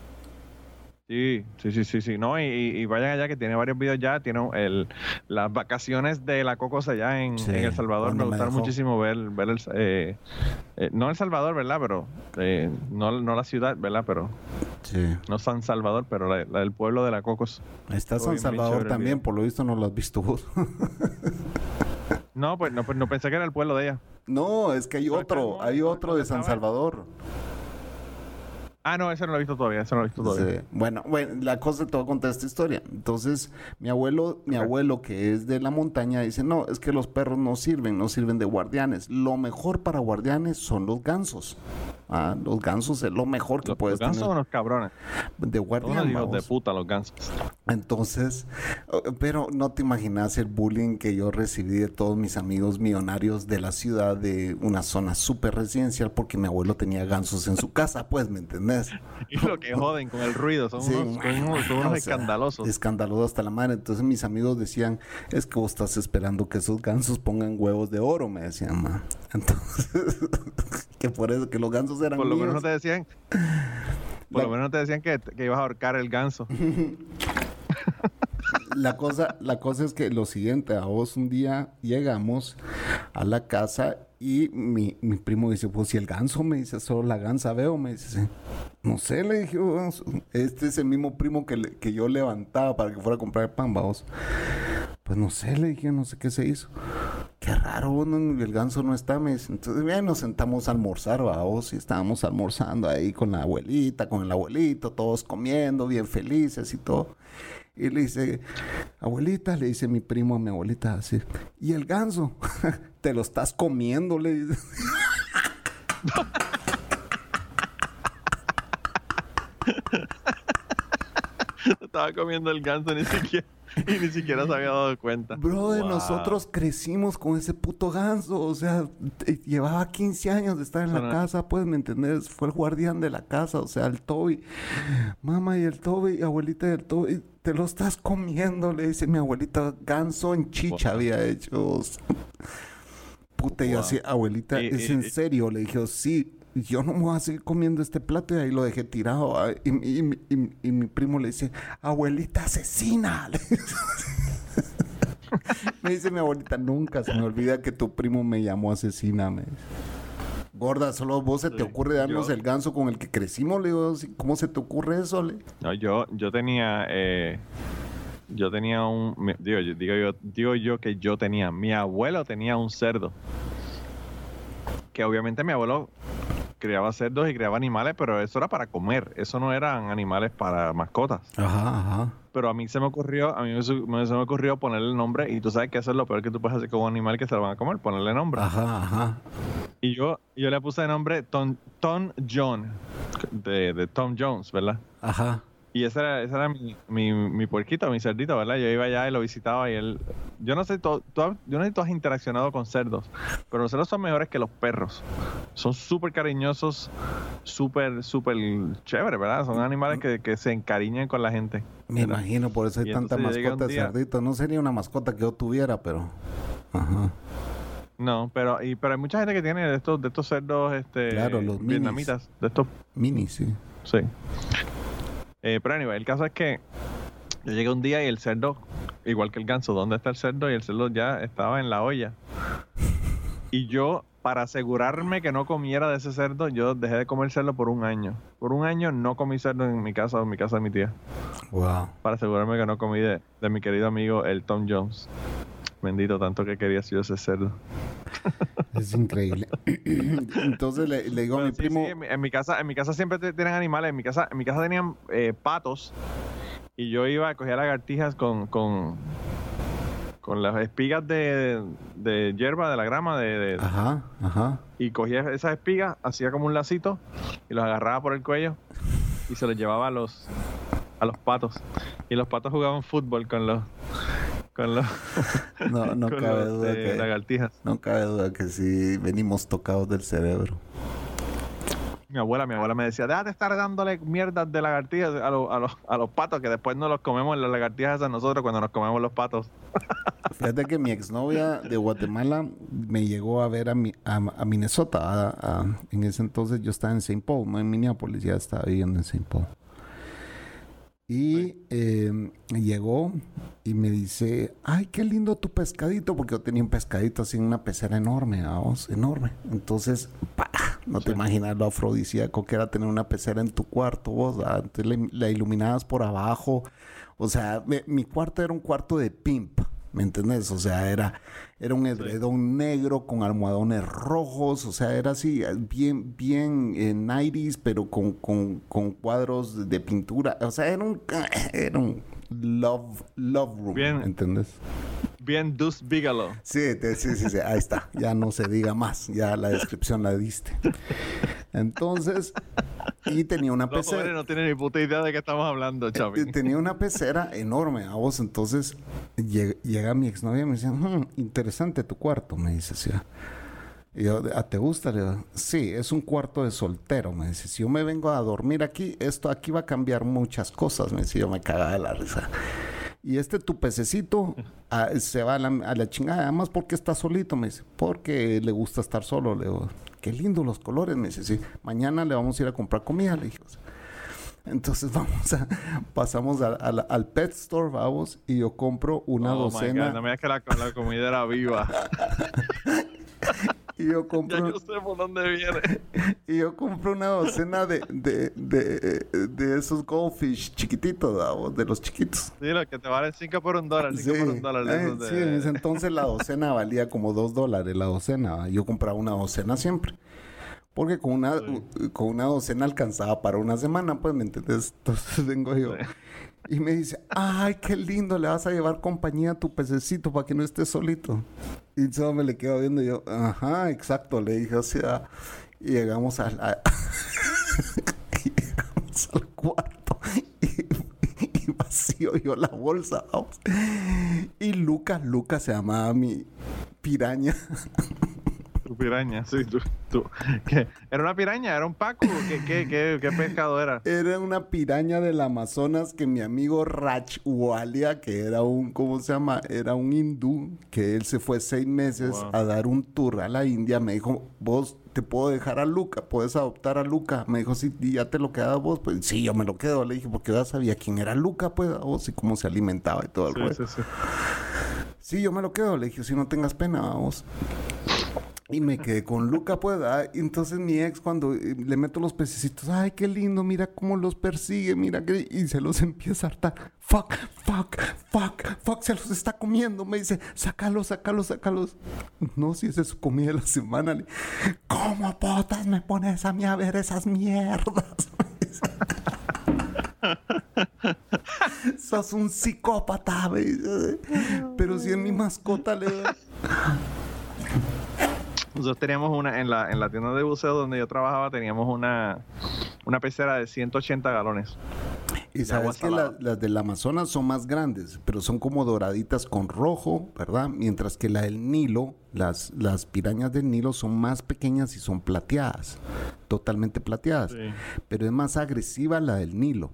Sí, sí, sí, sí, sí. No, y, y vayan allá que tiene varios videos ya. Tiene el, las vacaciones de la Cocos allá en, sí, en El Salvador. Me gustaron me muchísimo ver, ver el... Eh, eh, no El Salvador, ¿verdad? Pero... Eh, no, no la ciudad, ¿verdad? Pero... Sí. No San Salvador, pero la, la del pueblo de la Cocos. Está Estuvo San bien, Salvador bien también, por lo visto no lo has visto vos. No, pues no, pues no pensé que era el pueblo de ella. No, es que hay otro, no, hay otro de San Salvador. Ah, no, ese no lo he visto todavía, ese no lo he visto todavía. Sí. Bueno, bueno, la cosa te voy a contar esta historia. Entonces, mi abuelo, mi okay. abuelo que es de la montaña dice, no, es que los perros no sirven, no sirven de guardianes. Lo mejor para guardianes son los gansos. Ah, los gansos es lo mejor que los, puedes tener. Los tener. gansos son los cabrones. De guardián, Son hijos de puta los gansos. Entonces, pero no te imaginas el bullying que yo recibí de todos mis amigos millonarios de la ciudad, de una zona súper residencial, porque mi abuelo tenía gansos en su casa, pues, ¿me entendés? Y lo que joden con el ruido, son sí, unos, man, unos, son unos o sea, escandalosos. Escandalosos hasta la madre. Entonces mis amigos decían, es que vos estás esperando que esos gansos pongan huevos de oro, me decían, ma. Entonces, que por eso, que los gansos eran Por lo míos. menos no te decían, por la... lo menos no te decían que, que ibas a ahorcar el ganso. La cosa, la cosa es que lo siguiente, a vos un día llegamos a la casa y mi, mi primo dice, pues si el ganso, me dice, solo la gansa veo, me dice, no sé, le dije, este es el mismo primo que, le, que yo levantaba para que fuera a comprar pan, vamos. Pues no sé, le dije, no sé qué se hizo. Qué raro, no, el ganso no está, me dice. Entonces, bien, nos sentamos a almorzar, vamos, y estábamos almorzando ahí con la abuelita, con el abuelito, todos comiendo, bien felices y todo. Y le dice, abuelita, le dice mi primo a mi abuelita así, ¿y el ganso? Te lo estás comiendo, le dice. Estaba comiendo el ganso ni siquiera. Y ni siquiera se había dado cuenta. Brother, wow. Nosotros crecimos con ese puto ganso. O sea, llevaba quince años de estar en la no. casa, pues, ¿me entendés? Fue el guardián de la casa, o sea, el Toby. Mamá y el Toby, abuelita y el Toby, te lo estás comiendo, le dice mi abuelita. Ganso en chicha wow. había hecho. puta, y Wow. así, abuelita, Y- ¿es y- en y- serio? Le dije, sí, yo no me voy a seguir comiendo este plato, y ahí lo dejé tirado. ah, Y, y- y- y- y mi primo le dice, abuelita asesina. Le dice. Me dice mi abuelita, nunca se me olvida que tu primo me llamó asesina. Me dice. Gorda, solo vos se te Sí, ocurre darnos yo- el ganso con el que crecimos. Le digo, ¿cómo se te ocurre eso? Le? No, yo, yo tenía, eh, yo tenía un, mi- digo, yo, digo yo, digo yo que yo tenía, mi abuelo tenía un cerdo, que obviamente mi abuelo criaba cerdos y criaba animales, pero eso era para comer, eso no eran animales para mascotas. Ajá, ajá. Pero a mí se me ocurrió, a mí me, su- me- se me ocurrió ponerle el nombre, y tú sabes que eso es lo peor que tú puedes hacer con un animal que se lo van a comer, ponerle nombre. Ajá, ajá. Y yo, yo le puse de nombre Tom, Tom John, de, de Tom Jones, ¿verdad? Ajá. Y ese era, ese era mi, mi, mi puerquito, mi cerdito, ¿verdad? Yo iba allá y lo visitaba y él... Yo no sé, tú, tú has- yo no sé si tú has interaccionado con cerdos, pero los cerdos son mejores que los perros. Son súper cariñosos, súper, súper chéveres, ¿verdad? Son animales que, que se encariñan con la gente. Me ¿verdad? imagino, por eso hay Y tanta entonces yo llegué mascota un de día- cerdito. No sería una mascota que yo tuviera, pero... Ajá. No, pero, y, pero hay mucha gente que tiene de estos, de estos cerdos este, Claro, los minis. vietnamitas, de estos. Mini, sí. Sí. Eh, pero anyway, el caso es que yo llegué un día y el cerdo, igual que el ganso, ¿dónde está el cerdo? Y el cerdo ya estaba en la olla. Y yo, para asegurarme que no comiera de ese cerdo, yo dejé de comer cerdo por un año. Por un año no comí cerdo en mi casa o en mi casa de mi tía. Wow. Para asegurarme que no comí de, de mi querido amigo, el Tom Jones. Bendito, tanto que quería yo ese cerdo. Es increíble. Entonces le, le digo a Pero mi sí, primo... sí, en, mi, en mi casa, en mi casa siempre te- tienen animales. En mi casa, en mi casa tenían eh, patos. Y yo iba a coger lagartijas con, con, con las espigas de, de hierba, de la grama, de, de- Ajá, ajá. y cogía esas espigas, hacía como un lacito y los agarraba por el cuello y se los llevaba a los a los patos. Y los patos jugaban fútbol con los con los, No, no con cabe los, duda eh, que... lagartijas. No cabe duda que sí venimos tocados del cerebro. Mi abuela, mi abuela me decía, déjate de estar dándole mierdas de lagartijas a, los- a, los, a los patos, que después no los comemos las lagartijas esas nosotros cuando nos comemos los patos. Fíjate que mi exnovia de Guatemala me llegó a ver a, mi, a, a Minnesota. a- a- en ese entonces yo estaba en Saint Paul, no en Minneapolis, ya estaba viviendo en Saint Paul. Y eh, llegó y me dice, ay, qué lindo tu pescadito, porque yo tenía un pescadito así en una pecera enorme, vamos, enorme. Entonces, ¡pah! No te Sí. imaginas lo afrodisíaco que era tener una pecera en tu cuarto, vos, ¿verdad? Entonces la, la iluminabas por abajo. O sea, me- mi cuarto era un cuarto de pimp, ¿me entendés? O sea, era, era un edredón negro con almohadones rojos, o sea, era así, bien, bien eh, noventa, pero con, con, con cuadros de pintura. O sea, era un, era un love, love room, Bien. ¿me entendés? Bien Deuce Bigelow. Sí, te- sí, sí, sí, ahí está. Ya no se diga más, ya la descripción la diste. Entonces, y tenía una Los jóvenes pecera. no tienen ni puta idea de qué estamos hablando, Chavi. Eh, Tenía una pecera enorme, a vos. Entonces llega, llega mi exnovia y me dice, "Hmm, interesante tu cuarto", me dice así. Y yo, "¿Ah, te gusta?" Le digo, sí, es un cuarto de soltero, me dice. Si yo me vengo a dormir aquí, esto aquí va a cambiar muchas cosas, me dice. Yo me cagaba de la risa. Y este tu pececito ah, se va a la, a la chingada. Además, ¿por qué está solito? Me dice, porque le gusta estar solo. Le digo, qué lindo los colores. Me dice, sí, mañana le vamos a ir a comprar comida, le dije. Entonces vamos a, pasamos a- a la- al pet store, vamos, y yo compro una Oh my docena. God, no me digas que la, la comida era viva. Y yo Ya compro, yo sé por dónde viene. y yo compro una docena de, de, de, de esos goldfish chiquititos, vamos, de los chiquitos. Sí, lo que te vale cinco por un dólar, cinco Sí, por un dólar. de eh, esos de- sí, en ese entonces la docena valía como dos dólares la docena. ¿va? Yo compraba una docena siempre. Porque con una, Sí. con una docena alcanzaba para una semana, pues, ¿me entiendes? Entonces vengo yo. Sí. Y me dice, ay, qué lindo, le vas a llevar compañía a tu pececito para que no esté solito. Y solo me le quedo viendo y yo, ajá, exacto, le dije, o sea, y llegamos al, a- y llegamos al cuarto y, y vacío yo la bolsa, vamos. Y Lucas, Lucas se llamaba mi piraña. Tu piraña, sí, tú, tú. ¿Qué? ¿Era una piraña? ¿Era un pacu? ¿Qué, qué, qué, qué pescado era? Era una piraña del Amazonas que mi amigo Rachwalia, que era un, ¿cómo se llama? Era un hindú, que él se fue seis meses wow. a dar un tour a la India. Me dijo, vos te puedo dejar a Luca, puedes adoptar a Luca. Me dijo, sí, ya te lo quedas vos. Pues sí, yo me lo quedo. Le dije, porque ya sabía quién era Luca, pues, a vos y cómo se alimentaba y todo el sí, rollo. Sí, sí. Sí, yo me lo quedo. Le dije, si no tengas pena, vamos. Y me quedé con Luca, pues, ¿ah? Y entonces mi ex, cuando le meto los pececitos, ay, qué lindo, mira cómo los persigue, mira, que... y se los empieza a hartar. Fuck, fuck, fuck, fuck, se los está comiendo. Me dice, sácalos, sácalos, sácalos. No, si esa es su comida de la semana. Le... ¿Cómo potas me pones a mí a ver esas mierdas? Sos un psicópata, me dice. Pero si es mi mascota, le doy. Nosotros teníamos una, en la, en la tienda de buceo donde yo trabajaba, teníamos una, una pecera de ciento ochenta galones. Y sabes que la, las del Amazonas son más grandes, pero son como doraditas con rojo, ¿verdad? Mientras que la del Nilo, las, las pirañas del Nilo son más pequeñas y son plateadas, totalmente plateadas. Sí. Pero es más agresiva la del Nilo.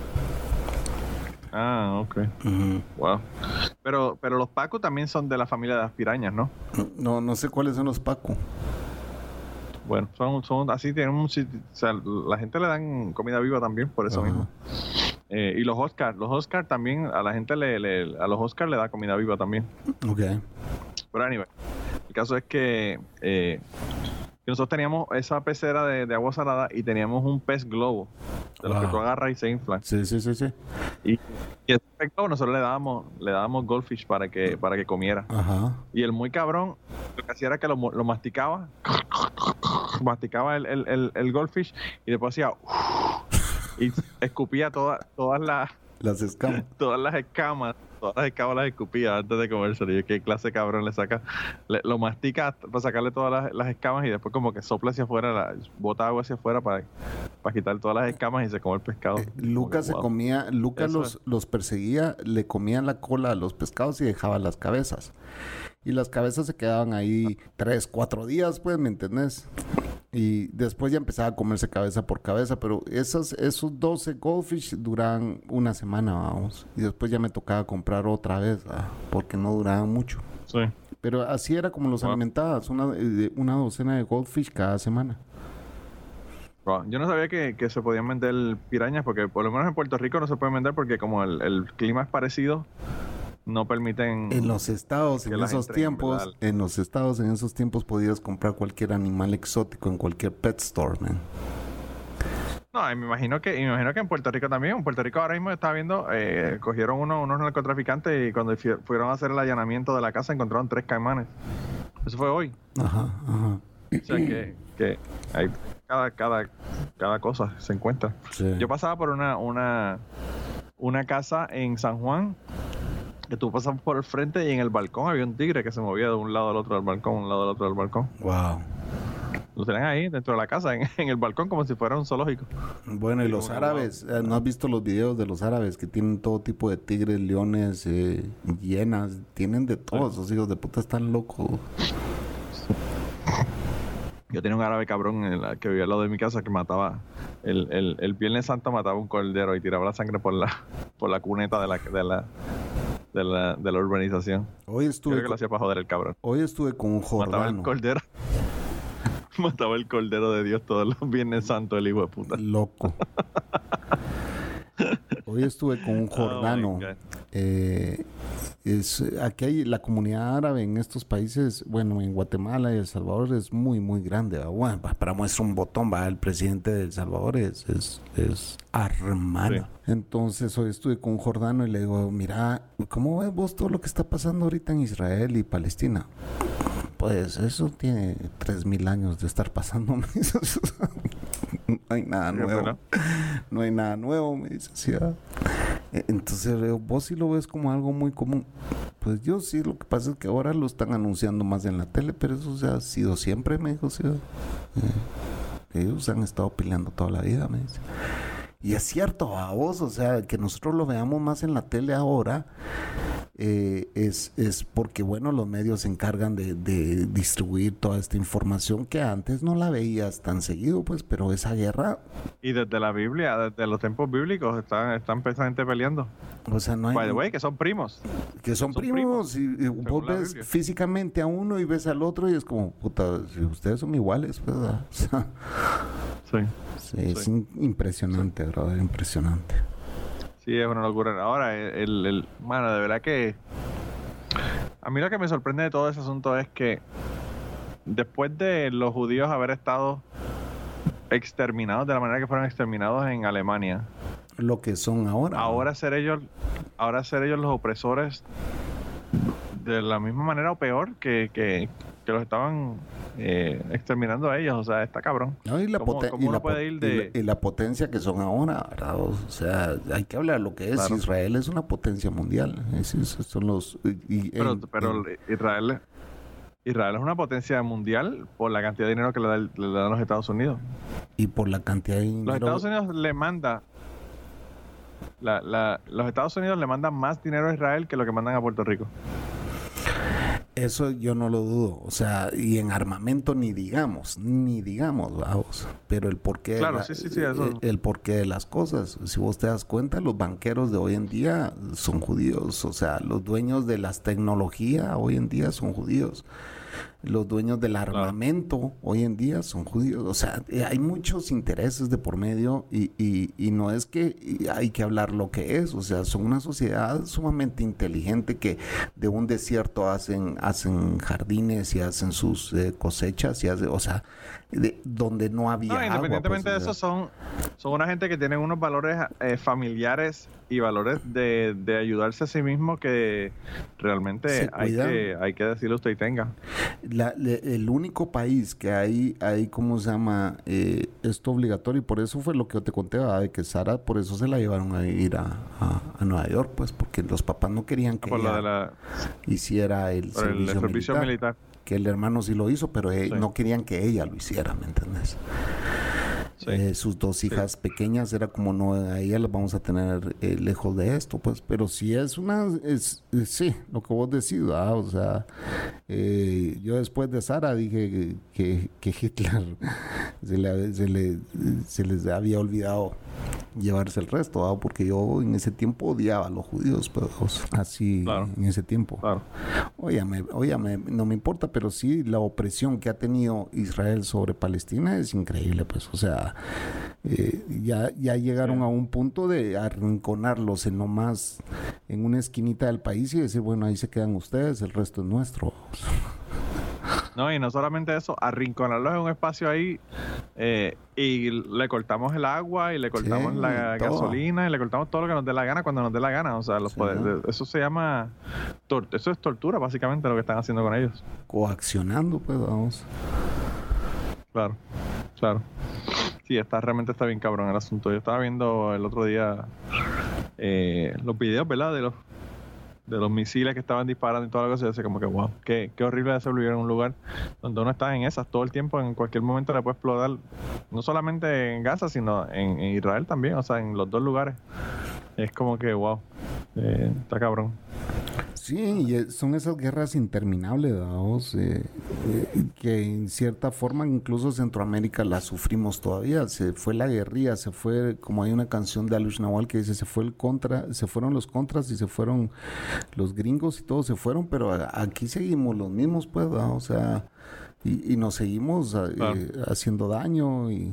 Ah, ok. Uh-huh. Wow. Pero, pero los pacos también son de la familia de las pirañas, ¿no? No, no sé cuáles son los pacos. Bueno, son, son así, tienen un sitio, o sea, la gente le dan comida viva también, por eso uh-huh. mismo. Eh, y los Oscar, los Oscar también, a la gente le, le, a los Oscar le da comida viva también. Ok. Pero anyway, el caso es que eh, nosotros teníamos esa pecera de, de agua salada y teníamos un pez globo, de los wow. que tú agarras y se inflan. Sí, sí, sí, sí. Y, y ese pez globo nosotros le dábamos, le dábamos goldfish para que, para que comiera. Ajá. Y el muy cabrón, lo que hacía era que lo, lo masticaba, masticaba el, el, el, el goldfish y después hacía y escupía todas todas las las escamas. Todas las escamas. Todas las escamas las escupía antes de comérselo. Y yo, ¿qué clase de cabrón le saca? Le, lo mastica para sacarle todas las, las escamas y después como que sopla hacia afuera, la, bota agua hacia afuera para, para quitar todas las escamas y se come el pescado. Eh, Lucas se wow. comía, Lucas los, los perseguía, le comía la cola a los pescados y dejaba las cabezas. Y las cabezas se quedaban ahí tres, cuatro días, pues, ¿me entendés? Y después ya empezaba a comerse cabeza por cabeza, pero esas, esos doce goldfish duran una semana, vamos. Y después ya me tocaba comprar otra vez, ¿verdad? Porque no duraban mucho. Sí. Pero así era como los wow. alimentabas, una, una docena de goldfish cada semana. Wow. Yo no sabía que, que se podían vender pirañas, porque por lo menos en Puerto Rico no se pueden vender porque como el, el clima es parecido, no permiten... En los estados, en esos tiempos, en, en los estados, en esos tiempos podías comprar cualquier animal exótico en cualquier pet store, man. No, me imagino que me imagino que en Puerto Rico también. En Puerto Rico ahora mismo estaba viendo, eh, cogieron uno, unos narcotraficantes y cuando fueron a hacer el allanamiento de la casa encontraron tres caimanes. Eso fue hoy. Ajá, ajá. O sea que, que hay cada, cada, cada cosa se encuentra. Sí. Yo pasaba por una, una, una casa en San Juan que tú pasas por el frente y en el balcón había un tigre que se movía de un lado al otro del balcón, un lado al otro del balcón. Wow. Lo tenían ahí dentro de la casa, en, en el balcón, como si fuera un zoológico. Bueno, y los árabes, ¿no has visto los videos de los árabes que tienen todo tipo de tigres, leones, eh, hienas? Tienen de todos, esos hijos de puta están locos. Yo tenía un árabe cabrón en la, que vivía al lado de mi casa que mataba, el, el, el Viernes Santo mataba un cordero y tiraba la sangre por la, por la cuneta de la... De la De la, de la urbanización. Hoy estuve Creo que con, lo hacía para joder el cabrón. Hoy estuve con un jordano. Mataba el cordero. Mataba el cordero de Dios todos los Viernes Santos, el hijo de puta. Loco. Hoy estuve con un jordano. Oh eh, es, aquí hay la comunidad árabe en estos países, bueno, en Guatemala y El Salvador es muy, muy grande. ¿Va? Bueno, para muestra un botón, va, el presidente de El Salvador es, es, es hermano. Sí. Entonces hoy estuve con un jordano y le digo, mira, ¿cómo ves vos todo lo que está pasando ahorita en Israel y Palestina? Pues eso tiene tres mil años de estar pasando. Me dice, no hay nada nuevo. No hay nada nuevo, me dice. ¿Sí? Entonces le digo, vos sí lo ves como algo muy común. Pues yo sí, lo que pasa es que ahora lo están anunciando más en la tele, pero eso se ha sido siempre, me dijo. ¿Sí? Eh, ellos han estado peleando toda la vida, me dice. Y es cierto, a vos, o sea, que nosotros lo veamos más en la tele ahora, eh, es, es porque, bueno, los medios se encargan de, de distribuir toda esta información que antes no la veías tan seguido, pues, pero esa guerra... Y desde la Biblia, desde los tiempos bíblicos, están, están precisamente peleando. O sea, no hay... By the way, que son primos. Que son, son primos, primos, y, y vos ves físicamente a uno y ves al otro y es como, puta, si ustedes son iguales, ¿verdad? O sea, sí. Sí, sí. Es impresionante, sí. Brother, impresionante. Sí, es una locura. Ahora, el, el, bueno, de verdad que a mí lo que me sorprende de todo ese asunto es que después de los judíos haber estado exterminados de la manera que fueron exterminados en Alemania, lo que son ahora. Ahora ser ellos, ahora ser ellos los opresores de la misma manera o peor que, que, que los estaban eh, exterminando a ellos. O sea, está cabrón. No, y la, ¿Cómo, poten- cómo y, uno la puede ir de... y, la, y la potencia que son ahora, ¿verdad? O sea, hay que hablar lo que es. Claro. Israel es una potencia mundial. Es, es, son los... Y, pero en, pero en... Israel... Israel es una potencia mundial por la cantidad de dinero que le, da, le dan los Estados Unidos. Y por la cantidad de dinero... Los Estados Unidos le manda... La, la, los Estados Unidos le mandan más dinero a Israel que lo que mandan a Puerto Rico. Eso yo no lo dudo, o sea, y en armamento ni digamos, ni digamos, vamos, pero el porqué, claro, de la, sí, sí, sí, eso. el, el porqué de las cosas, si vos te das cuenta, los banqueros de hoy en día son judíos, o sea, los dueños de las tecnologías hoy en día son judíos. Los dueños del armamento claro. hoy en día son judíos. O sea, hay muchos intereses de por medio y, y, y no es que hay que hablar lo que es. O sea, son una sociedad sumamente inteligente que de un desierto hacen hacen jardines y hacen sus eh, cosechas y hace, o sea, de, donde no había no, independientemente agua, pues, de eso, son, son una gente que tienen unos valores eh, familiares y valores de, de ayudarse a sí mismo que realmente hay que, hay que decirle usted y tenga. La, le, el único país que hay, hay ¿cómo se llama? Eh, esto obligatorio, y por eso fue lo que yo te conté, ¿verdad? De que Sara, por eso se la llevaron a ir a, a, a Nueva York, pues, porque los papás no querían que por ella de la, hiciera el servicio, el servicio militar, militar. Que el hermano sí lo hizo, pero eh, sí. no querían que ella lo hiciera, ¿me entiendes? Sí. Eh, sus dos hijas sí. pequeñas era como no, a ella las vamos a tener eh, lejos de esto, pues, pero si es una, es, es sí, lo que vos decís, ¿verdad? O sea, eh, yo después de Sara dije que, que, que Hitler se, le, se, le, se les había olvidado llevarse el resto, ¿verdad? Porque yo en ese tiempo odiaba a los judíos, pues, así claro. en ese tiempo. Claro. Óyame, óyame, no me importa, pero sí la opresión que ha tenido Israel sobre Palestina es increíble, pues, o sea, eh, ya, ya llegaron sí. a un punto de arrinconarlos en lo más, en una esquinita del país y decir, bueno, ahí se quedan ustedes, el resto es nuestro. No, y no solamente eso, arrinconarlos en un espacio ahí eh, y le cortamos el agua y le cortamos sí, la todo. gasolina y le cortamos todo lo que nos dé la gana cuando nos dé la gana. O sea, los sí, poderes, ¿no? Eso se llama, tor- eso es tortura básicamente lo que están haciendo con ellos. Coaccionando, pues vamos. Claro, claro. Sí, está, realmente está bien cabrón el asunto. Yo estaba viendo el otro día eh, los videos, ¿verdad? De los de los misiles que estaban disparando y toda la cosa, y hace como que wow, qué, qué horrible de ser vivir en un lugar donde uno está en esas todo el tiempo, en cualquier momento le puede explotar, no solamente en Gaza, sino en, en Israel también, o sea, en los dos lugares. Es como que wow, eh, está cabrón. Sí, y son esas guerras interminables, ¿verdad? Eh, eh, que en cierta forma incluso Centroamérica la sufrimos todavía. Se fue la guerrilla, se fue, como hay una canción de Alush Nawal que dice, se fue el contra, se fueron los contras y se fueron los gringos y todos se fueron, pero aquí seguimos los mismos, pues, ¿verdad? O sea, y, y nos seguimos eh, claro. haciendo daño y...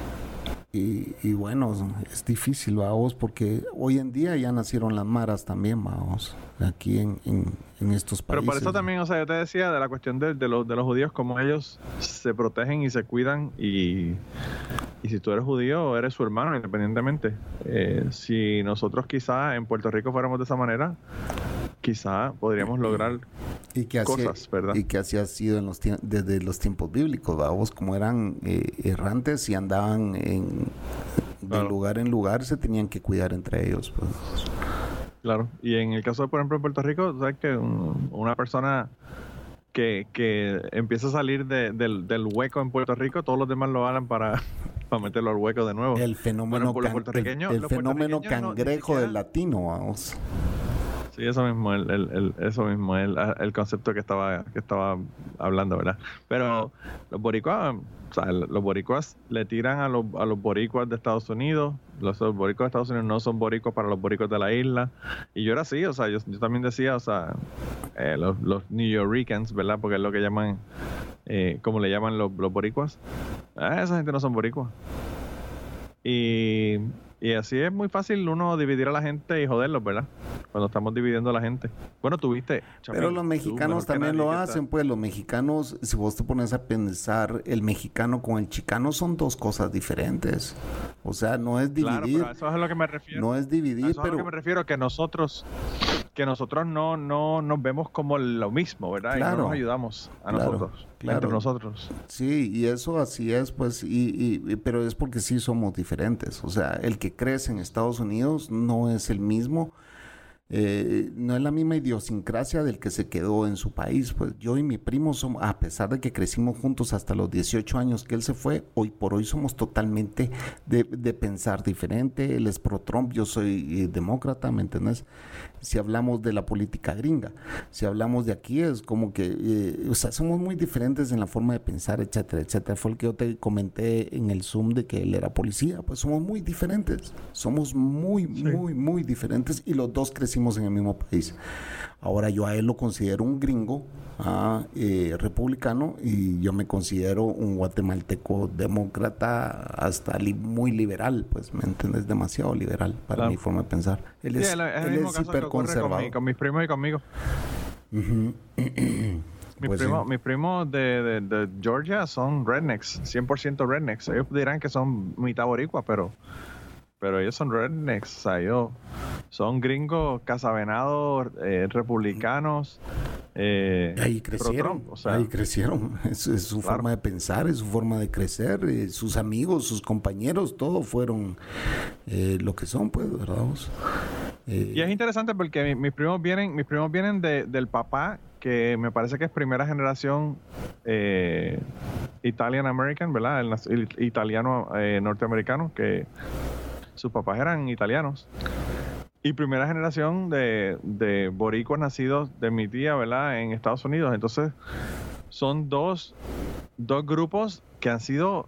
Y, y bueno, es difícil, vamos, porque hoy en día ya nacieron las maras también, vamos, aquí en, en, en estos países. Pero por eso también, o sea, yo te decía de la cuestión de, de, los, de los judíos, como ellos se protegen y se cuidan, y, y si tú eres judío, eres su hermano, independientemente. Eh, si nosotros quizás en Puerto Rico fuéramos de esa manera, quizá podríamos lograr y que cosas, así, ¿verdad? Y que así ha sido en los tie- desde los tiempos bíblicos, vamos, como eran eh, errantes y andaban en, claro. de lugar en lugar, se tenían que cuidar entre ellos, pues. Claro, y en el caso de, por ejemplo, en Puerto Rico, sabes que un, una persona que, que empieza a salir de, del, del hueco en Puerto Rico, todos los demás lo hagan para, para meterlo al hueco de nuevo. El fenómeno, bueno, can, el, el fenómeno cangrejo no, del latino, vamos. Sí, eso mismo, el, el, el, eso mismo, el, el concepto que estaba, que estaba hablando, ¿verdad? Pero los boricuas, o sea, los boricuas le tiran a los, a los boricuas de Estados Unidos, los, los boricuas de Estados Unidos no son boricuas para los boricuas de la isla, y yo era así, o sea, yo, yo también decía, o sea, eh, los, los New Yorkers, ¿verdad? Porque es lo que llaman, eh, como le llaman los, los boricuas, eh, esa gente no son boricuas. Y... Y así es muy fácil uno dividir a la gente y joderlos, ¿verdad? Cuando estamos dividiendo a la gente. Bueno, tuviste... Chapín, pero los mexicanos también lo hacen, pues. Los mexicanos, si vos te pones a pensar, el mexicano con el chicano son dos cosas diferentes. O sea, no es dividir. Claro, pero a eso es a lo que me refiero. No es dividir, a eso pero... es a lo que me refiero, que nosotros... Que nosotros no, no nos vemos como lo mismo, ¿verdad? Claro, y no nos ayudamos a claro, nosotros, claro. entre nosotros. Sí, y eso así es, pues, y, y, pero es porque sí somos diferentes. O sea, el que crece en Estados Unidos no es el mismo, eh, no es la misma idiosincrasia del que se quedó en su país. Pues yo y mi primo somos, a pesar de que crecimos juntos hasta los dieciocho años que él se fue, hoy por hoy somos totalmente de, de pensar diferente. Él es pro-Trump, yo soy eh, demócrata, ¿me entendés? Si hablamos de la política gringa, si hablamos de aquí, es como que, eh, o sea, somos muy diferentes en la forma de pensar, etcétera, etcétera. Fue el que yo te comenté en el Zoom de que él era policía, pues somos muy diferentes, somos muy, sí. muy, muy diferentes y los dos crecimos en el mismo país. Ahora yo a él lo considero un gringo, ah, eh, republicano, y yo me considero un guatemalteco demócrata hasta li- muy liberal, pues, ¿me entiendes? Demasiado liberal para claro. mi forma de pensar. Él es, sí, es, él es hiperconservador. Con, mi, con mis primos y conmigo. Uh-huh. mis, pues primos, sí. mis primos de, de, de Georgia son rednecks, cien por ciento rednecks. Ellos dirán que son mitad boricua, pero... pero ellos son rednecks, o sea, ellos son gringos, casavenados, eh, republicanos. Eh, ahí crecieron, o sea, ahí crecieron. Es, es su claro. forma de pensar, es su forma de crecer. Eh, sus amigos, sus compañeros, todos fueron eh, lo que son, pues, ¿verdad? Eh, y es interesante porque mi, mis primos vienen, mis primos vienen de, del papá, que me parece que es primera generación eh, Italian American, ¿verdad? El, el italiano eh, norteamericano, que sus papás eran italianos. Y primera generación de, de boricuas nacidos de mi tía, ¿verdad? En Estados Unidos. Entonces, son dos, dos grupos que han sido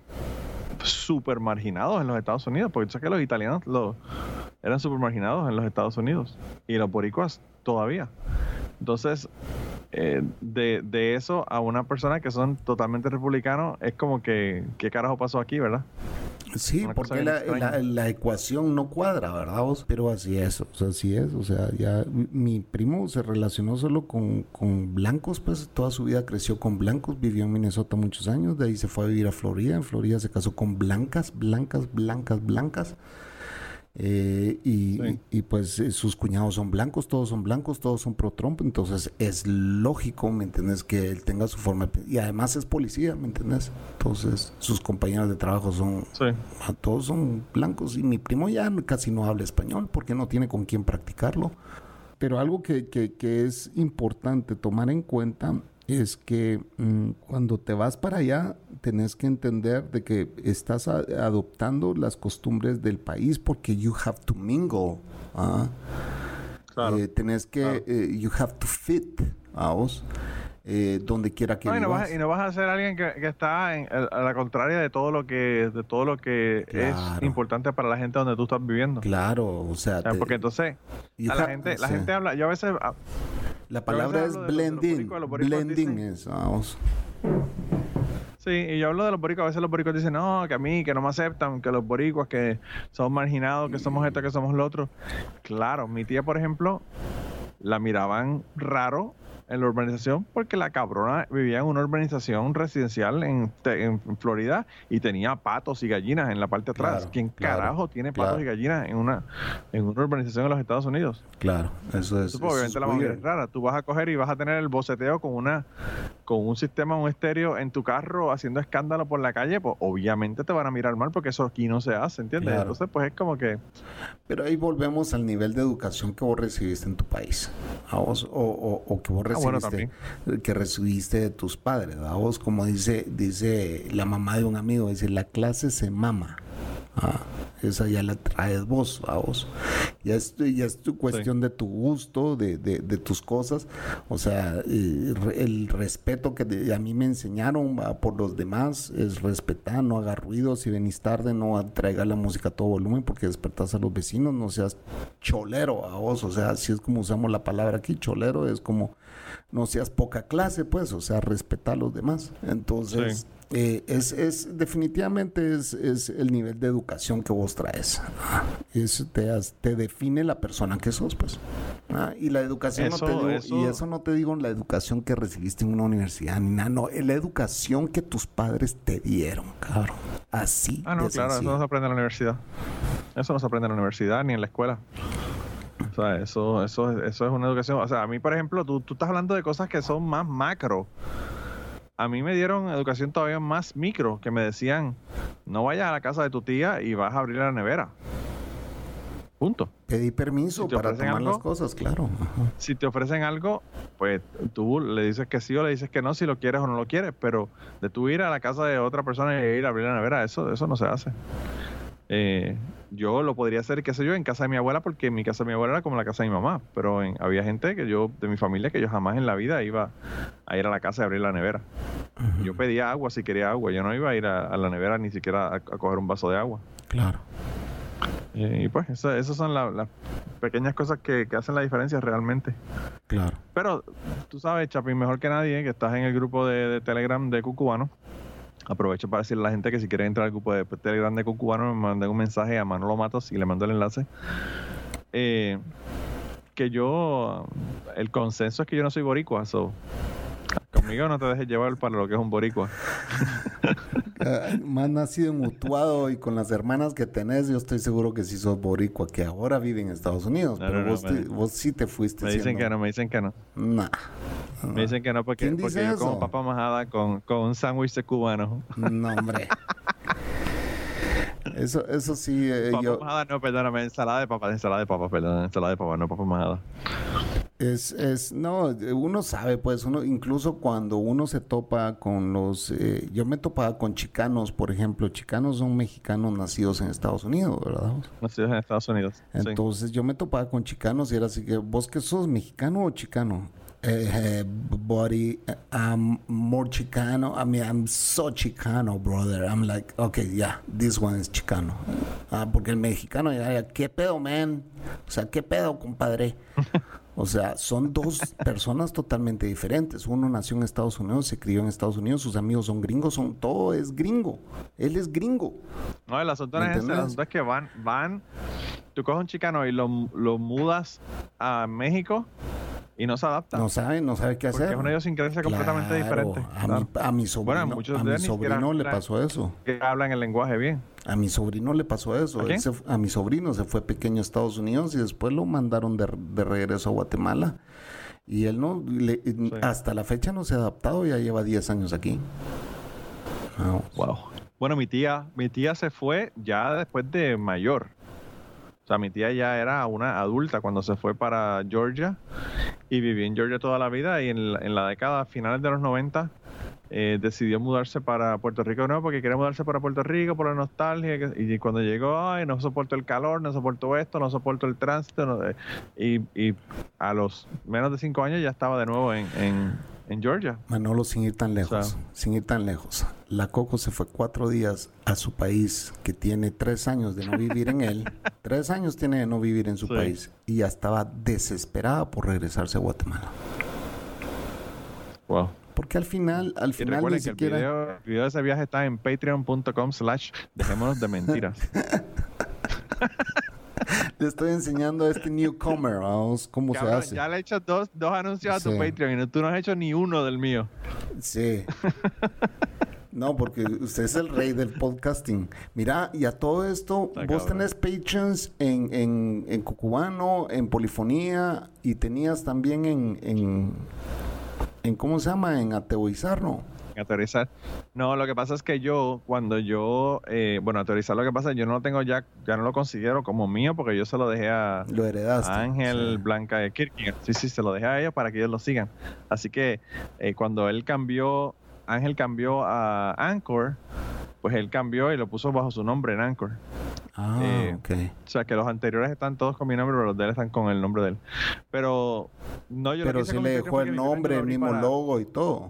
súper marginados en los Estados Unidos. Porque tú sabes que los italianos los, eran súper marginados en los Estados Unidos. Y los boricuas todavía. Entonces, eh, de, de eso a una persona que son totalmente republicanos, es como que, ¿qué carajo pasó aquí, verdad? Sí, una porque la, la, la ecuación no cuadra, ¿verdad vos? Pero así es, o sea, así es, o sea, ya mi primo se relacionó solo con, con blancos, pues toda su vida creció con blancos, vivió en Minnesota muchos años, de ahí se fue a vivir a Florida, en Florida se casó con blancas, blancas, blancas, blancas. Eh, y, sí. y, y pues eh, sus cuñados son blancos, todos son blancos, todos son pro Trump, entonces es lógico, ¿me entiendes? Que él tenga su forma de, y además es policía, ¿me entiendes? Entonces sus compañeros de trabajo son sí. todos son blancos y mi primo ya casi no habla español porque no tiene con quién practicarlo. Pero algo que, que, que es importante tomar en cuenta es que mmm, cuando te vas para allá tenés que entender de que estás a, adoptando las costumbres del país porque you have to mingle, ¿ah? Claro, eh, tenés que claro. eh, you have to fit, ¿vos? Eh, donde quiera que no, vivas. Y no, vas, y no vas a ser alguien que, que está en, a la contraria de todo lo que de todo lo que claro. es importante para la gente donde tú estás viviendo. Claro, o sea, o sea te, porque entonces a la gente la sea, gente habla, yo a veces la palabra es blending, blending es, vamos. Sí, y yo hablo de los boricuas, a veces los boricuas dicen, no, que a mí, que no me aceptan, que los boricuas, que somos marginados, que somos esto, que somos lo otro. Claro, mi tía, por ejemplo, la miraban raro en la urbanización porque la cabrona vivía en una urbanización residencial en, en Florida y tenía patos y gallinas en la parte de atrás. Claro, ¿Quién claro, carajo tiene patos claro. y gallinas en una en una urbanización en los Estados Unidos? Claro, eso es. Eso, obviamente eso es la mujer es rara. Tú vas a coger y vas a tener el boceteo con una con un sistema, un estéreo en tu carro haciendo escándalo por la calle, pues obviamente te van a mirar mal porque eso aquí no se hace, ¿entiendes? Claro. Entonces, pues es como que... Pero ahí volvemos al nivel de educación que vos recibiste en tu país, ¿a vos? O, o, o que vos recibiste, ah, bueno, que recibiste de tus padres, ¿a vos? Como dice, dice la mamá de un amigo, dice, la clase se mama, Ah, esa ya la traes vos, a vos. Ya es, ya es tu cuestión sí. de tu gusto, de, de, de tus cosas. O sea, eh, el respeto que de, a mí me enseñaron va, por los demás es respetar, no haga ruido. Si venís tarde, no traiga la música a todo volumen porque despertás a los vecinos. No seas cholero a vos. O sea, así es como usamos la palabra aquí. Cholero es como no seas poca clase, pues. O sea, respeta a los demás. Entonces... Sí. Eh, es, es definitivamente es, es el nivel de educación que vos traes. Es, te, te define la persona que sos, pues. Ah, y la educación eso, no te digo, eso... y eso no te digo la educación que recibiste en una universidad, ni nada, no, es la educación que tus padres te dieron, cabrón. Así. Ah, no, claro, sencillo. Eso no se aprende en la universidad. Eso no se aprende en la universidad ni en la escuela. O sea, eso, eso, eso es una educación. O sea, a mí, por ejemplo, tú, tú estás hablando de cosas que son más macro. A mí me dieron educación todavía más micro, que me decían, no vayas a la casa de tu tía y vas a abrir la nevera. Punto. Pedí permiso si para tomar algo, las cosas, claro. Ajá. Si te ofrecen algo, pues tú le dices que sí o le dices que no, si lo quieres o no lo quieres, pero de tú ir a la casa de otra persona y ir a abrir la nevera, eso, eso no se hace. Eh, yo lo podría hacer, qué sé yo, en casa de mi abuela, porque mi casa de mi abuela era como la casa de mi mamá, pero en, había gente que yo, de mi familia, que yo jamás en la vida iba a ir a la casa y abrir la nevera. Uh-huh. Yo pedía agua si quería agua, yo no iba a ir a, a la nevera ni siquiera a, a coger un vaso de agua. Claro. Eh, y pues esas eso son las la pequeñas cosas que, que hacen la diferencia realmente. Claro. Pero tú sabes, Chapi, mejor que nadie, que estás en el grupo de, de Telegram de Cucubano. Aprovecho para decirle a la gente que si quiere entrar al grupo de Telegram de Cucubano, me manden un mensaje a Manolo Matos y le mando el enlace. Eh, que yo, el consenso es que yo no soy boricua, so, conmigo no te dejes llevar para lo que es un boricua. Uh, más nacido en Utuado y con las hermanas que tenés, yo estoy seguro que sí sos boricua, que ahora vive en Estados Unidos, no, pero no, vos, no, te, me, vos sí te fuiste. Me dicen siendo... que no, me dicen que no. Nah. Me dicen que no porque, porque yo como papa majada con, con un sándwich de cubano. No, hombre. Eso, eso sí, eh, papa yo... majada, no, perdóname, ensalada de papa, ensalada de papa, perdón, ensalada de papa, no papa majada. Es, es, no, uno sabe, pues, uno, incluso cuando uno se topa con los, eh, yo me topaba con chicanos, por ejemplo, chicanos son mexicanos nacidos en Estados Unidos, ¿verdad? Nacidos en Estados Unidos. Entonces sí. Yo me topaba con chicanos y era así que, ¿vos que sos mexicano o chicano? Uh, buddy, I'm more Chicano. I mean, I'm so Chicano, brother. I'm like, okay, yeah, this one is Chicano. Uh, porque el mexicano, ya, ¿qué pedo, man? O sea, ¿qué pedo, compadre? O sea, son dos personas totalmente diferentes. Uno nació en Estados Unidos, se crió en Estados Unidos, sus amigos son gringos, son todo es gringo. Él es gringo. No, el asunto es ese, el asunto es que van, van, tú coges un chicano y lo, lo mudas a México y no se adapta. No sabe, no sabe qué hacer. Porque es una idiosincrasia claro, completamente diferente. A, claro. mi, a mi sobrino, bueno, a mi sobrino le pasó eso. Que hablan el lenguaje bien. A mi sobrino le pasó eso. ¿A, se, a mi sobrino se fue pequeño a Estados Unidos y después lo mandaron de, de regreso a Guatemala. Y él no, le, sí. hasta la fecha no se ha adaptado, ya lleva diez años aquí. No. Wow. Bueno, mi tía, mi tía se fue ya después de mayor. O sea, mi tía ya era una adulta cuando se fue para Georgia y vivió en Georgia toda la vida y en la, en la década finales de los noventa eh, decidió mudarse para Puerto Rico, no, porque quería mudarse para Puerto Rico por la nostalgia y cuando llegó, ay, no soporto el calor, no soporto esto, no soporto el tránsito no, y, y a los menos de cinco años ya estaba de nuevo en, en, en Georgia. Manolo, sin ir tan lejos, o sea, sin ir tan lejos. La Coco se fue cuatro días a su país, que tiene tres años de no vivir en él. Tres años tiene de no vivir en su sí. país. Y ya estaba desesperada por regresarse a Guatemala. Wow. Porque al final, al final ni que siquiera... el video, el video de ese viaje está en patreon.com slash dejémonos de mentiras. Le estoy enseñando a este newcomer, vamos, cómo Cabrón, se hace. Ya le he hecho dos, dos anuncios sí. a tu Patreon y tú no has hecho ni uno del mío. Sí. No, porque usted es el rey del podcasting. Mira, y a todo esto, Está vos cabrón. tenés Patreons en, en, en Cucubano, en Polifonía, y tenías también en, en, en ¿cómo se llama? En Ateorizar, ¿no? Aterrizar. No, lo que pasa es que yo, cuando yo, eh, bueno, aterrizar lo que pasa es que yo no lo tengo ya, ya no lo considero como mío porque yo se lo dejé a, lo heredaste, a Ángel sí. Blanca de Kirchner. Sí, sí, se lo dejé a ellos para que ellos lo sigan. Así que eh, cuando él cambió, Ángel cambió a Anchor, pues él cambió y lo puso bajo su nombre en Anchor. Ah, eh, ok. O sea, que los anteriores están todos con mi nombre, pero los de él están con el nombre de él. Pero no, yo Pero sí le dejó el nombre, el mismo para... logo y todo.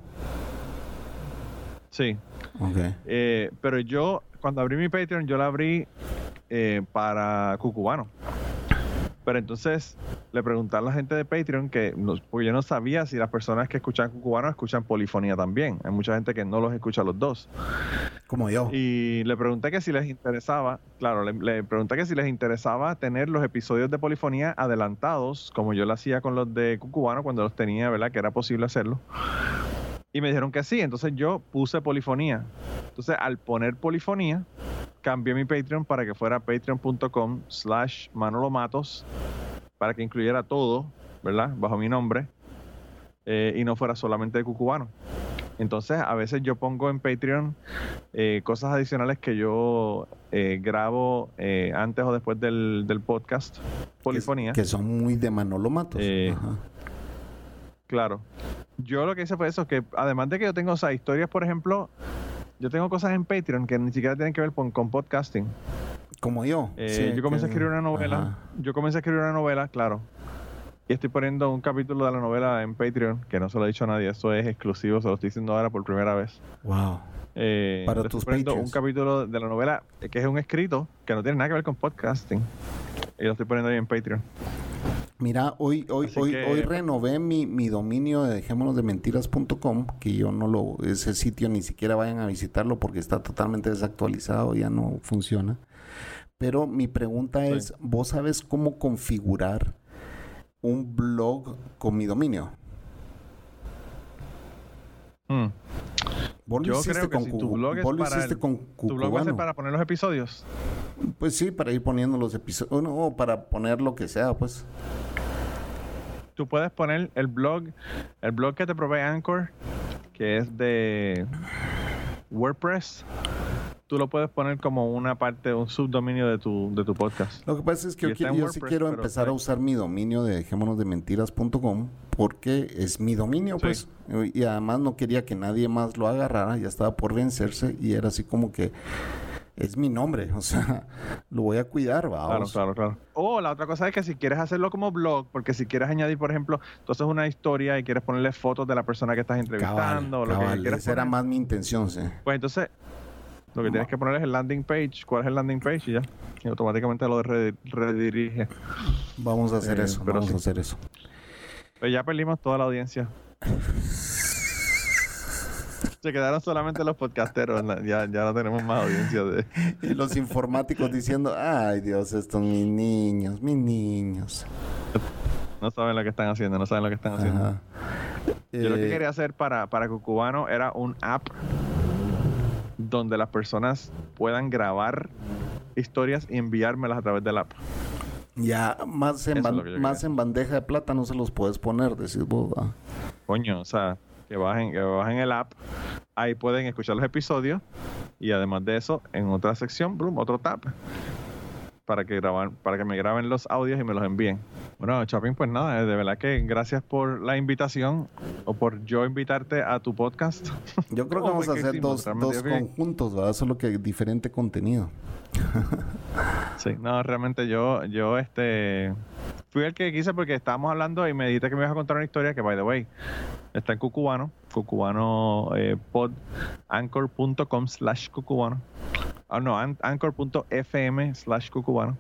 Sí. Ok. Eh, pero yo, cuando abrí mi Patreon, yo la abrí eh, para Cucubano. Pero entonces le pregunté a la gente de Patreon que, no, porque yo no sabía si las personas que escuchan Cucubano escuchan polifonía también. Hay mucha gente que no los escucha los dos. Como yo. Y le pregunté que si les interesaba, claro, le, le pregunté que si les interesaba tener los episodios de polifonía adelantados, como yo lo hacía con los de Cucubano cuando los tenía, ¿verdad? Que era posible hacerlo. Y me dijeron que sí, entonces yo puse polifonía. Entonces, al poner polifonía, cambié mi Patreon para que fuera patreon.com slash Manolo Matos, para que incluyera todo, ¿verdad? Bajo mi nombre, eh, y no fuera solamente de Cucubano. Entonces, a veces yo pongo en Patreon eh, cosas adicionales que yo eh, grabo eh, antes o después del, del podcast, polifonía. Que, que son muy de Manolo Matos. Eh, Ajá. Claro. Yo lo que hice fue eso, que además de que yo tengo, o sea, historias, por ejemplo, yo tengo cosas en Patreon que ni siquiera tienen que ver con, con podcasting. Como yo. Eh, sí, yo comencé que... a escribir una novela. Ajá. Yo comencé a escribir una novela, claro. Y estoy poniendo un capítulo de la novela en Patreon, que no se lo he dicho a nadie. Eso es exclusivo, se lo estoy diciendo ahora por primera vez. Wow. Eh, Para tus Patreons. Un capítulo de la novela que es un escrito que no tiene nada que ver con podcasting. Y lo estoy poniendo ahí en Patreon. Mira, hoy hoy hoy, que... hoy renové mi, mi dominio de dejémonos de mentiras punto com, que yo no lo, ese sitio ni siquiera vayan a visitarlo porque está totalmente desactualizado, ya no funciona. Pero mi pregunta sí. es, ¿vos sabes cómo configurar un blog con mi dominio? Mm. ¿Vos lo yo hiciste creo que con si cu- tu blog es ¿vos lo para hiciste el, con tu blog va a ser para poner los episodios. Pues sí, para ir poniendo los episodios, no, o para poner lo que sea, pues. Tú puedes poner el blog, el blog que te provee Anchor, que es de WordPress. Tú lo puedes poner como una parte, un subdominio de tu, de tu podcast. Lo que pasa es que yo, quiero, yo sí quiero empezar a usar mi dominio de dejémonos de mentiras punto com porque es mi dominio, sí. pues. Y además no quería que nadie más lo agarrara, ya estaba por vencerse y era así como que es mi nombre, o sea, lo voy a cuidar, vamos. Claro, claro, claro. O oh, la otra cosa es que si quieres hacerlo como blog, porque si quieres añadir, por ejemplo, entonces una historia y quieres ponerle fotos de la persona que estás entrevistando, cabal, o lo cabal, que quieras esa era más mi intención, sí. Pues entonces lo que no. tienes que poner es el landing page. ¿Cuál es el landing page? Y ya. Y automáticamente lo redirige. Vamos a hacer eh, eso. Vamos sí. a hacer eso. Pero ya perdimos toda la audiencia. Se quedaron solamente los podcasteros. Ya, ya no tenemos más audiencia. De... Y los informáticos diciendo, ay Dios, estos mis niños, mis niños. No saben lo que están haciendo, no saben lo que están haciendo. Ajá. Yo eh... lo que quería hacer para, para Cucubano era un app donde las personas puedan grabar historias y enviármelas a través del app. Ya, más en, ban- es más en bandeja de plata no se los puedes poner, decís vos. ¿Ah? Coño, o sea, que bajen, que bajen el app, ahí pueden escuchar los episodios y además de eso, en otra sección, boom, otro tab para que graban, para que me graben los audios y me los envíen. Bueno, Chapín, pues nada, de verdad que gracias por la invitación o por yo invitarte a tu podcast. Yo creo que vamos a hacer dos, dos conjuntos, ¿verdad? Solo que diferente contenido. Sí, no, realmente yo, yo este fui el que quise porque estábamos hablando y me dijiste que me ibas a contar una historia que, by the way, está en Cucubano, Cucubano eh, pod, anchor.com slash Cucubano. Ah, no, anchor.fm slash Cucubano.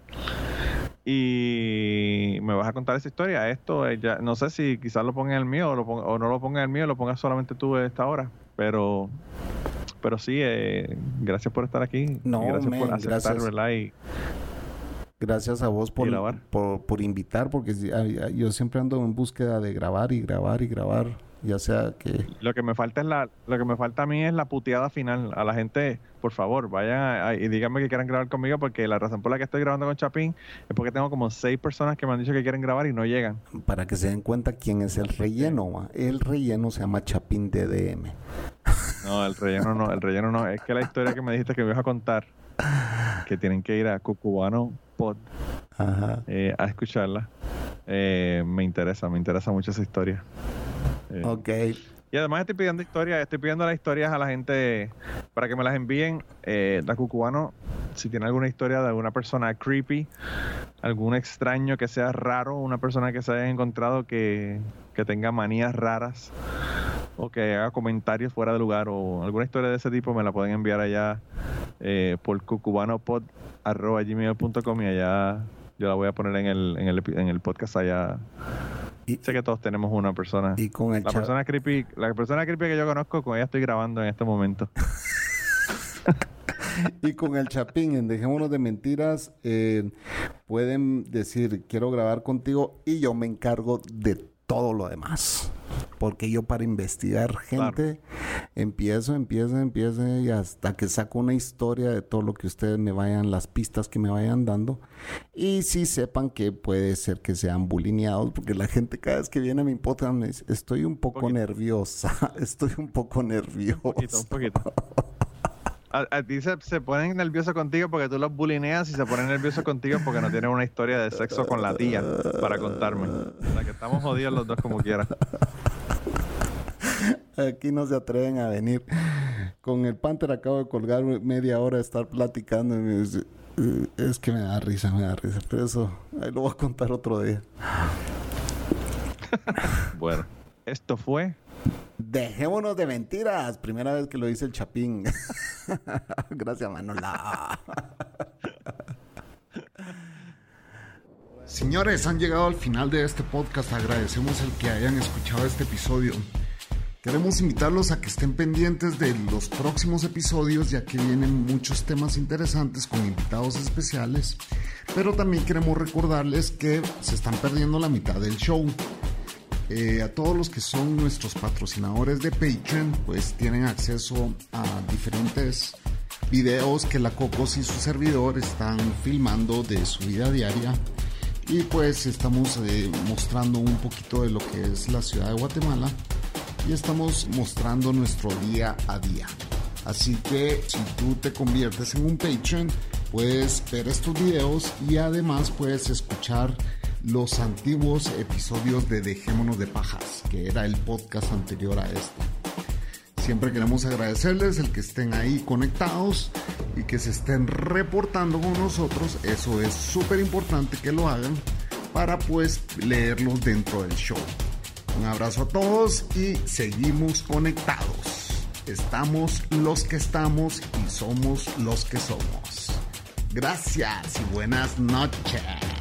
Y me vas a contar esa historia. Esto, eh, ya, no sé si quizás lo ponga en el mío o, lo ponga, o no lo ponga en el mío, lo pongas solamente tú a esta hora. Pero pero sí, eh, gracias por estar aquí. No, gracias man, por aceptar, gracias. ¿verdad? Y, gracias a vos por, por, por invitar, porque yo siempre ando en búsqueda de grabar y grabar y grabar. Ya sea que... Lo que me falta es la, lo que me falta a mí es la puteada final. A la gente, por favor, vayan a, a, y díganme que quieran grabar conmigo, porque la razón por la que estoy grabando con Chapín es porque tengo como seis personas que me han dicho que quieren grabar y no llegan. Para que se den cuenta quién es el relleno, ma. El relleno se llama Chapín D D M. No, el relleno no, el relleno no. Es que la historia que me dijiste que me ibas a contar, que tienen que ir a Cucubano Pod eh, a escucharla. Eh, me interesa, me interesa mucho esa historia. Ok. Y además estoy pidiendo historias, estoy pidiendo las historias a la gente para que me las envíen. Eh, Daku Cubano, si tiene alguna historia de alguna persona creepy, algún extraño que sea raro, una persona que se haya encontrado que, que tenga manías raras o que haga comentarios fuera de lugar o alguna historia de ese tipo, me la pueden enviar allá eh, por cucubanopod arroba gmail punto com y allá yo la voy a poner en el, en el, en el podcast allá. Y, sé que todos tenemos una persona. Y con el la persona creepy, la persona creepy que yo conozco, con ella estoy grabando en este momento. Y con el Chapín, en Dejémonos de Mentiras, eh, pueden decir, quiero grabar contigo y yo me encargo de todo lo demás. Porque yo para investigar gente, claro, empiezo, empiezo, empiezo y hasta que saco una historia de todo lo que ustedes me vayan, las pistas que me vayan dando. Y sí sepan que puede ser que sean bulineados, porque la gente cada vez que viene a mi podcast me dice, estoy un poco un nerviosa, estoy un poco nerviosa. Un poquito, un poquito. A, a ti se, se ponen nerviosos contigo porque tú los bulineas y se ponen nerviosos contigo porque no tienen una historia de sexo con la tía para contarme. O sea, que estamos jodidos los dos como quiera. Aquí no se atreven a venir. Con el Panther acabo de colgar media hora de estar platicando y me dice, es que me da risa, me da risa. Pero eso, ahí lo voy a contar otro día. Bueno, esto fue... Dejémonos de Mentiras. Primera vez que lo dice el Chapín. Gracias, Manola. Señores, han llegado al final de este podcast. Agradecemos el que hayan escuchado este episodio. Queremos invitarlos a que estén pendientes de los próximos episodios, ya que vienen muchos temas interesantes con invitados especiales. Pero también queremos recordarles que se están perdiendo la mitad del show. Eh, a todos los que son nuestros patrocinadores de Patreon, pues tienen acceso a diferentes videos que la Cocos y su servidor están filmando de su vida diaria. Y pues estamos eh, mostrando un poquito de lo que es la ciudad de Guatemala y estamos mostrando nuestro día a día. Así que si tú te conviertes en un Patreon, puedes ver estos videos y además puedes escuchar los antiguos episodios de Dejémonos de Pajas, que era el podcast anterior a este. Siempre queremos agradecerles el que estén ahí conectados y que se estén reportando con nosotros. Eso es súper importante que lo hagan para pues leerlos dentro del show. Un abrazo a todos y seguimos conectados. Estamos los que estamos y somos los que somos. Gracias y buenas noches.